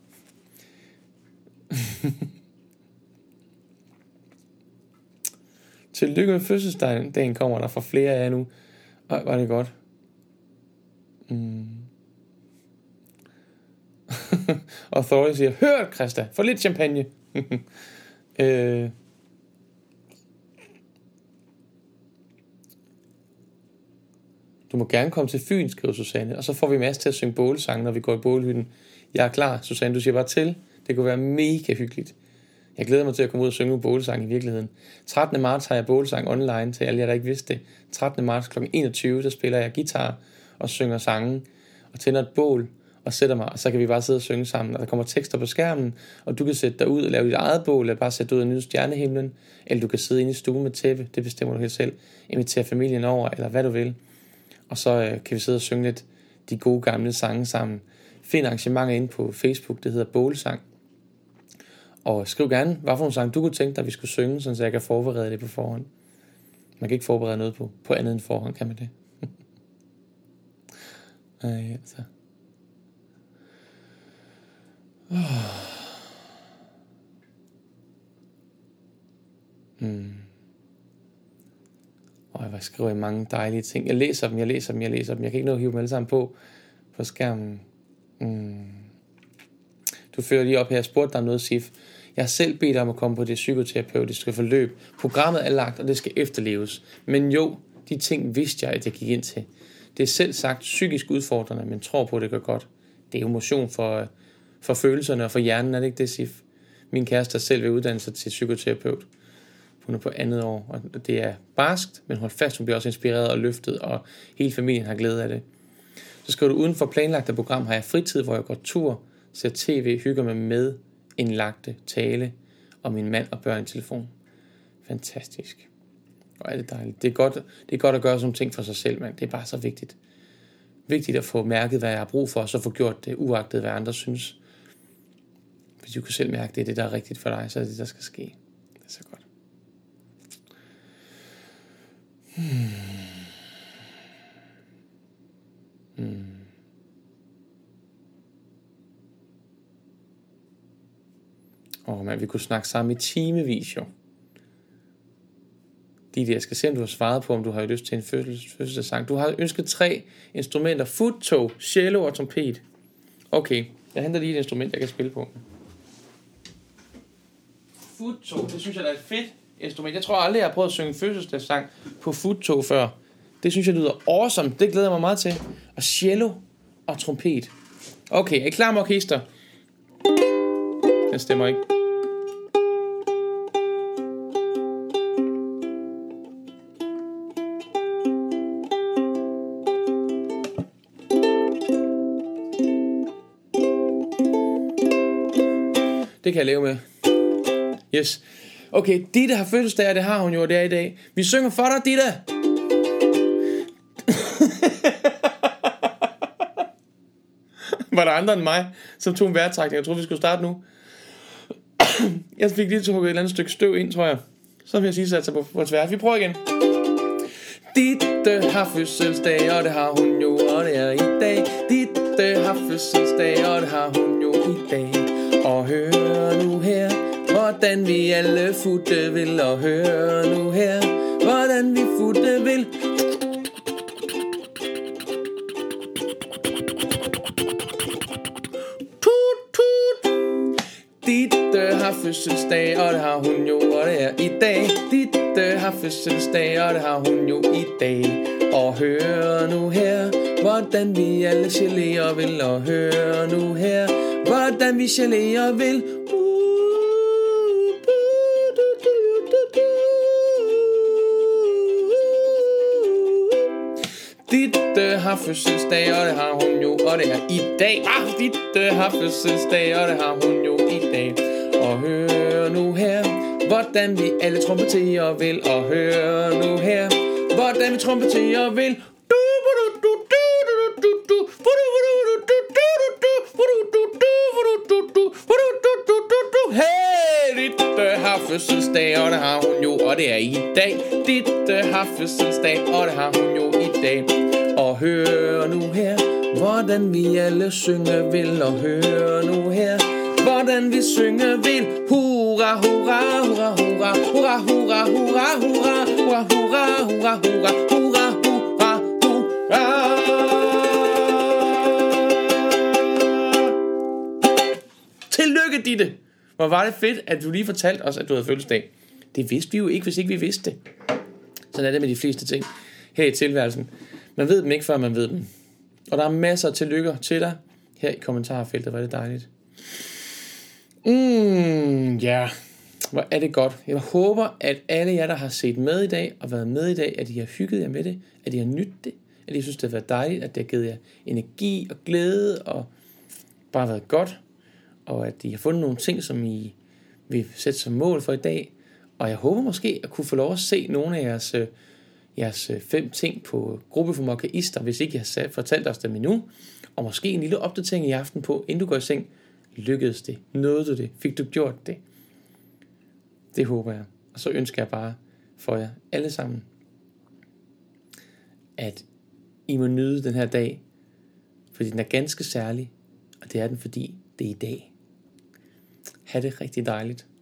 Tillykke med fødselsdagen. Dagen kommer der fra flere af jer nu. Ej, var det godt. Mm. Og Thorley siger, hør Christa, få lidt champagne. øh. Du må gerne komme til Fyn, skriver Susanne. Og så får vi masser til at synge bålsange, når vi går i bålhytten. Jeg er klar, Susanne, du siger bare til. Det kunne være mega hyggeligt. Jeg glæder mig til at komme ud og synge bålsang i virkeligheden. trettende marts har jeg bålsang online til alle jer, der ikke vidste det. trettende marts klokken enogtyve, der spiller jeg guitar og synger sange og tænder et bål og sætter mig, og så kan vi bare sidde og synge sammen. Og der kommer tekster på skærmen, og du kan sætte dig ud og lave dit eget bål, eller bare sætte dig ud og nyde stjernehimlen, eller du kan sidde inde i stuen med tæppe, det bestemmer du helt selv. Invitere familien over, eller hvad du vil. Og så øh, kan vi sidde og synge lidt de gode gamle sange sammen. Find arrangementer inde på Facebook, det hedder Bålsang. Og skriv gerne, hvad for nogle sange du kunne tænke dig, at vi skulle synge, så jeg kan forberede det på forhånd. Man kan ikke forberede noget på, på andet end forhånd, kan man det? Ej, altså. Hmm. Og jeg skriver i mange dejlige ting. Jeg læser dem, jeg læser dem, jeg læser dem. Jeg kan ikke nå at hive dem alle sammen på på skærmen. Hmm. Du fører lige op her. Jeg spurgte dig om noget, Sif. Jeg har selv bedt dig om at komme på det psykoterapeutiske forløb. Programmet er lagt, og det skal efterleves. Men jo, de ting vidste jeg, at jeg gik ind til. Det er selv sagt psykisk udfordrende, men tror på, at det gør godt. Det er jo motion for, for følelserne og for hjernen, er det ikke det, Sif? Min kæreste er selv ved uddannelse til psykoterapeut. Hun er på andet år, og det er barskt, men hold fast, hun bliver også inspireret og løftet, og hele familien har glæde af det. Så skriver du, uden for planlagte program har jeg fritid, hvor jeg går tur, ser tv, hygger mig med indlagte tale, og min mand og børn i telefon. Fantastisk. Og er det dejligt. Det er godt, det er godt at gøre sådan nogle ting for sig selv, men det er bare så vigtigt. Vigtigt at få mærket, hvad jeg har brug for, og så få gjort det, uagtet hvad andre synes. Hvis du kan selv mærke, det er det, der er rigtigt for dig, så er det det, der skal ske. Det er så godt. Hmm. Hmm. Åh, oh, man, vi kunne snakke sammen i timevis, jo. Didi, jeg skal se, om du har svaret på, om du har lyst til en fødselsdagssang. Du har ønsket tre instrumenter. Futtog, cello og trompet. Okay, jeg henter lige et instrument, jeg kan spille på. Futtog, det synes jeg, der er et fedt instrument. Jeg tror aldrig, jeg har prøvet at synge en fødselsdagssang på futtog før. Det synes jeg lyder awesome. Det glæder jeg mig meget til. Og cello og trompet. Okay, er I klar med orkester? Den stemmer ikke. Det kan jeg leve med. Yes. Okay, Ditte har fødselsdag, det har hun jo, det er i dag. Vi synger for dig, Ditte. Var der andre end mig, som tog en vejrtrækning? Jeg troede, vi skulle starte nu. Jeg fik lige trukket et eller andet stykke støv ind, tror jeg. Så vil jeg sige, sat sig på, på tværs. Vi prøver igen. Ditte har fødselsdag, og det har hun jo, og det er i dag. Ditte har fødselsdag, og det har hun jo i dag. Og hør nu her, hvordan vi alle futte vil. Og hør nu her, hvordan vi futte vil. Tut, tut. Ditte har fødselsdag, og det har hun jo, og det er i dag. Ditte har fødselsdag, og det har hun jo i dag. Og hør nu her, hvordan vi alle gelerer vil. Og hør nu her, hvordan vi gelerer vil. Ditte har fødselsdag, og det har hun jo, og det er i dag. Ah, Ditte har fødselsdag, og det har hun jo i dag. Og hør nu her, hvordan vi alle trompeterer vil. Og hør nu her, hvordan vi trompeterer vil. Hey, Ditte har fødselsdag, og det har hun jo, og det er i dag. Ditte har fødselsdag, og det har hun jo i dag. Og hør nu her, hvordan vi alle synger vil. Og hør nu her, hvordan vi synger vil. Hurra, hurra, hurra, hurra, hurra, hurra, hurra, hurra, hurra, hurra, hurra, hurra, hurra, hurra, hurra. Tillykke, Ditte! Hvor var det fedt, at du lige fortalte os, at du havde fødselsdag. Det vidste vi jo ikke, hvis ikke vi vidste det. Sådan er det med de fleste ting her i tilværelsen. Man ved dem ikke, før man ved dem. Og der er masser af tillykker til dig her i kommentarfeltet. Var det dejligt. Mm, ja, yeah. Hvor er det godt. Jeg håber, at alle jer, der har set med i dag og været med i dag, at I har hygget jer med det, at I har nydt det, at I synes, det har været dejligt, at det har givet jer energi og glæde og bare været godt, og at I har fundet nogle ting, som I vil sætte som mål for i dag. Og jeg håber måske at kunne få lov at se nogle af jeres, jeres fem ting på Gruppe for Mokaister, hvis ikke I har fortalt os dem endnu. Og måske en lille opdatering i aften på, inden du går i seng. Lykkedes det? Nåede du det? Fik du gjort det? Det håber jeg. Og så ønsker jeg bare for jer alle sammen, at I må nyde den her dag, fordi den er ganske særlig, og det er den, fordi det er i dag. Ha' det rigtig dejligt.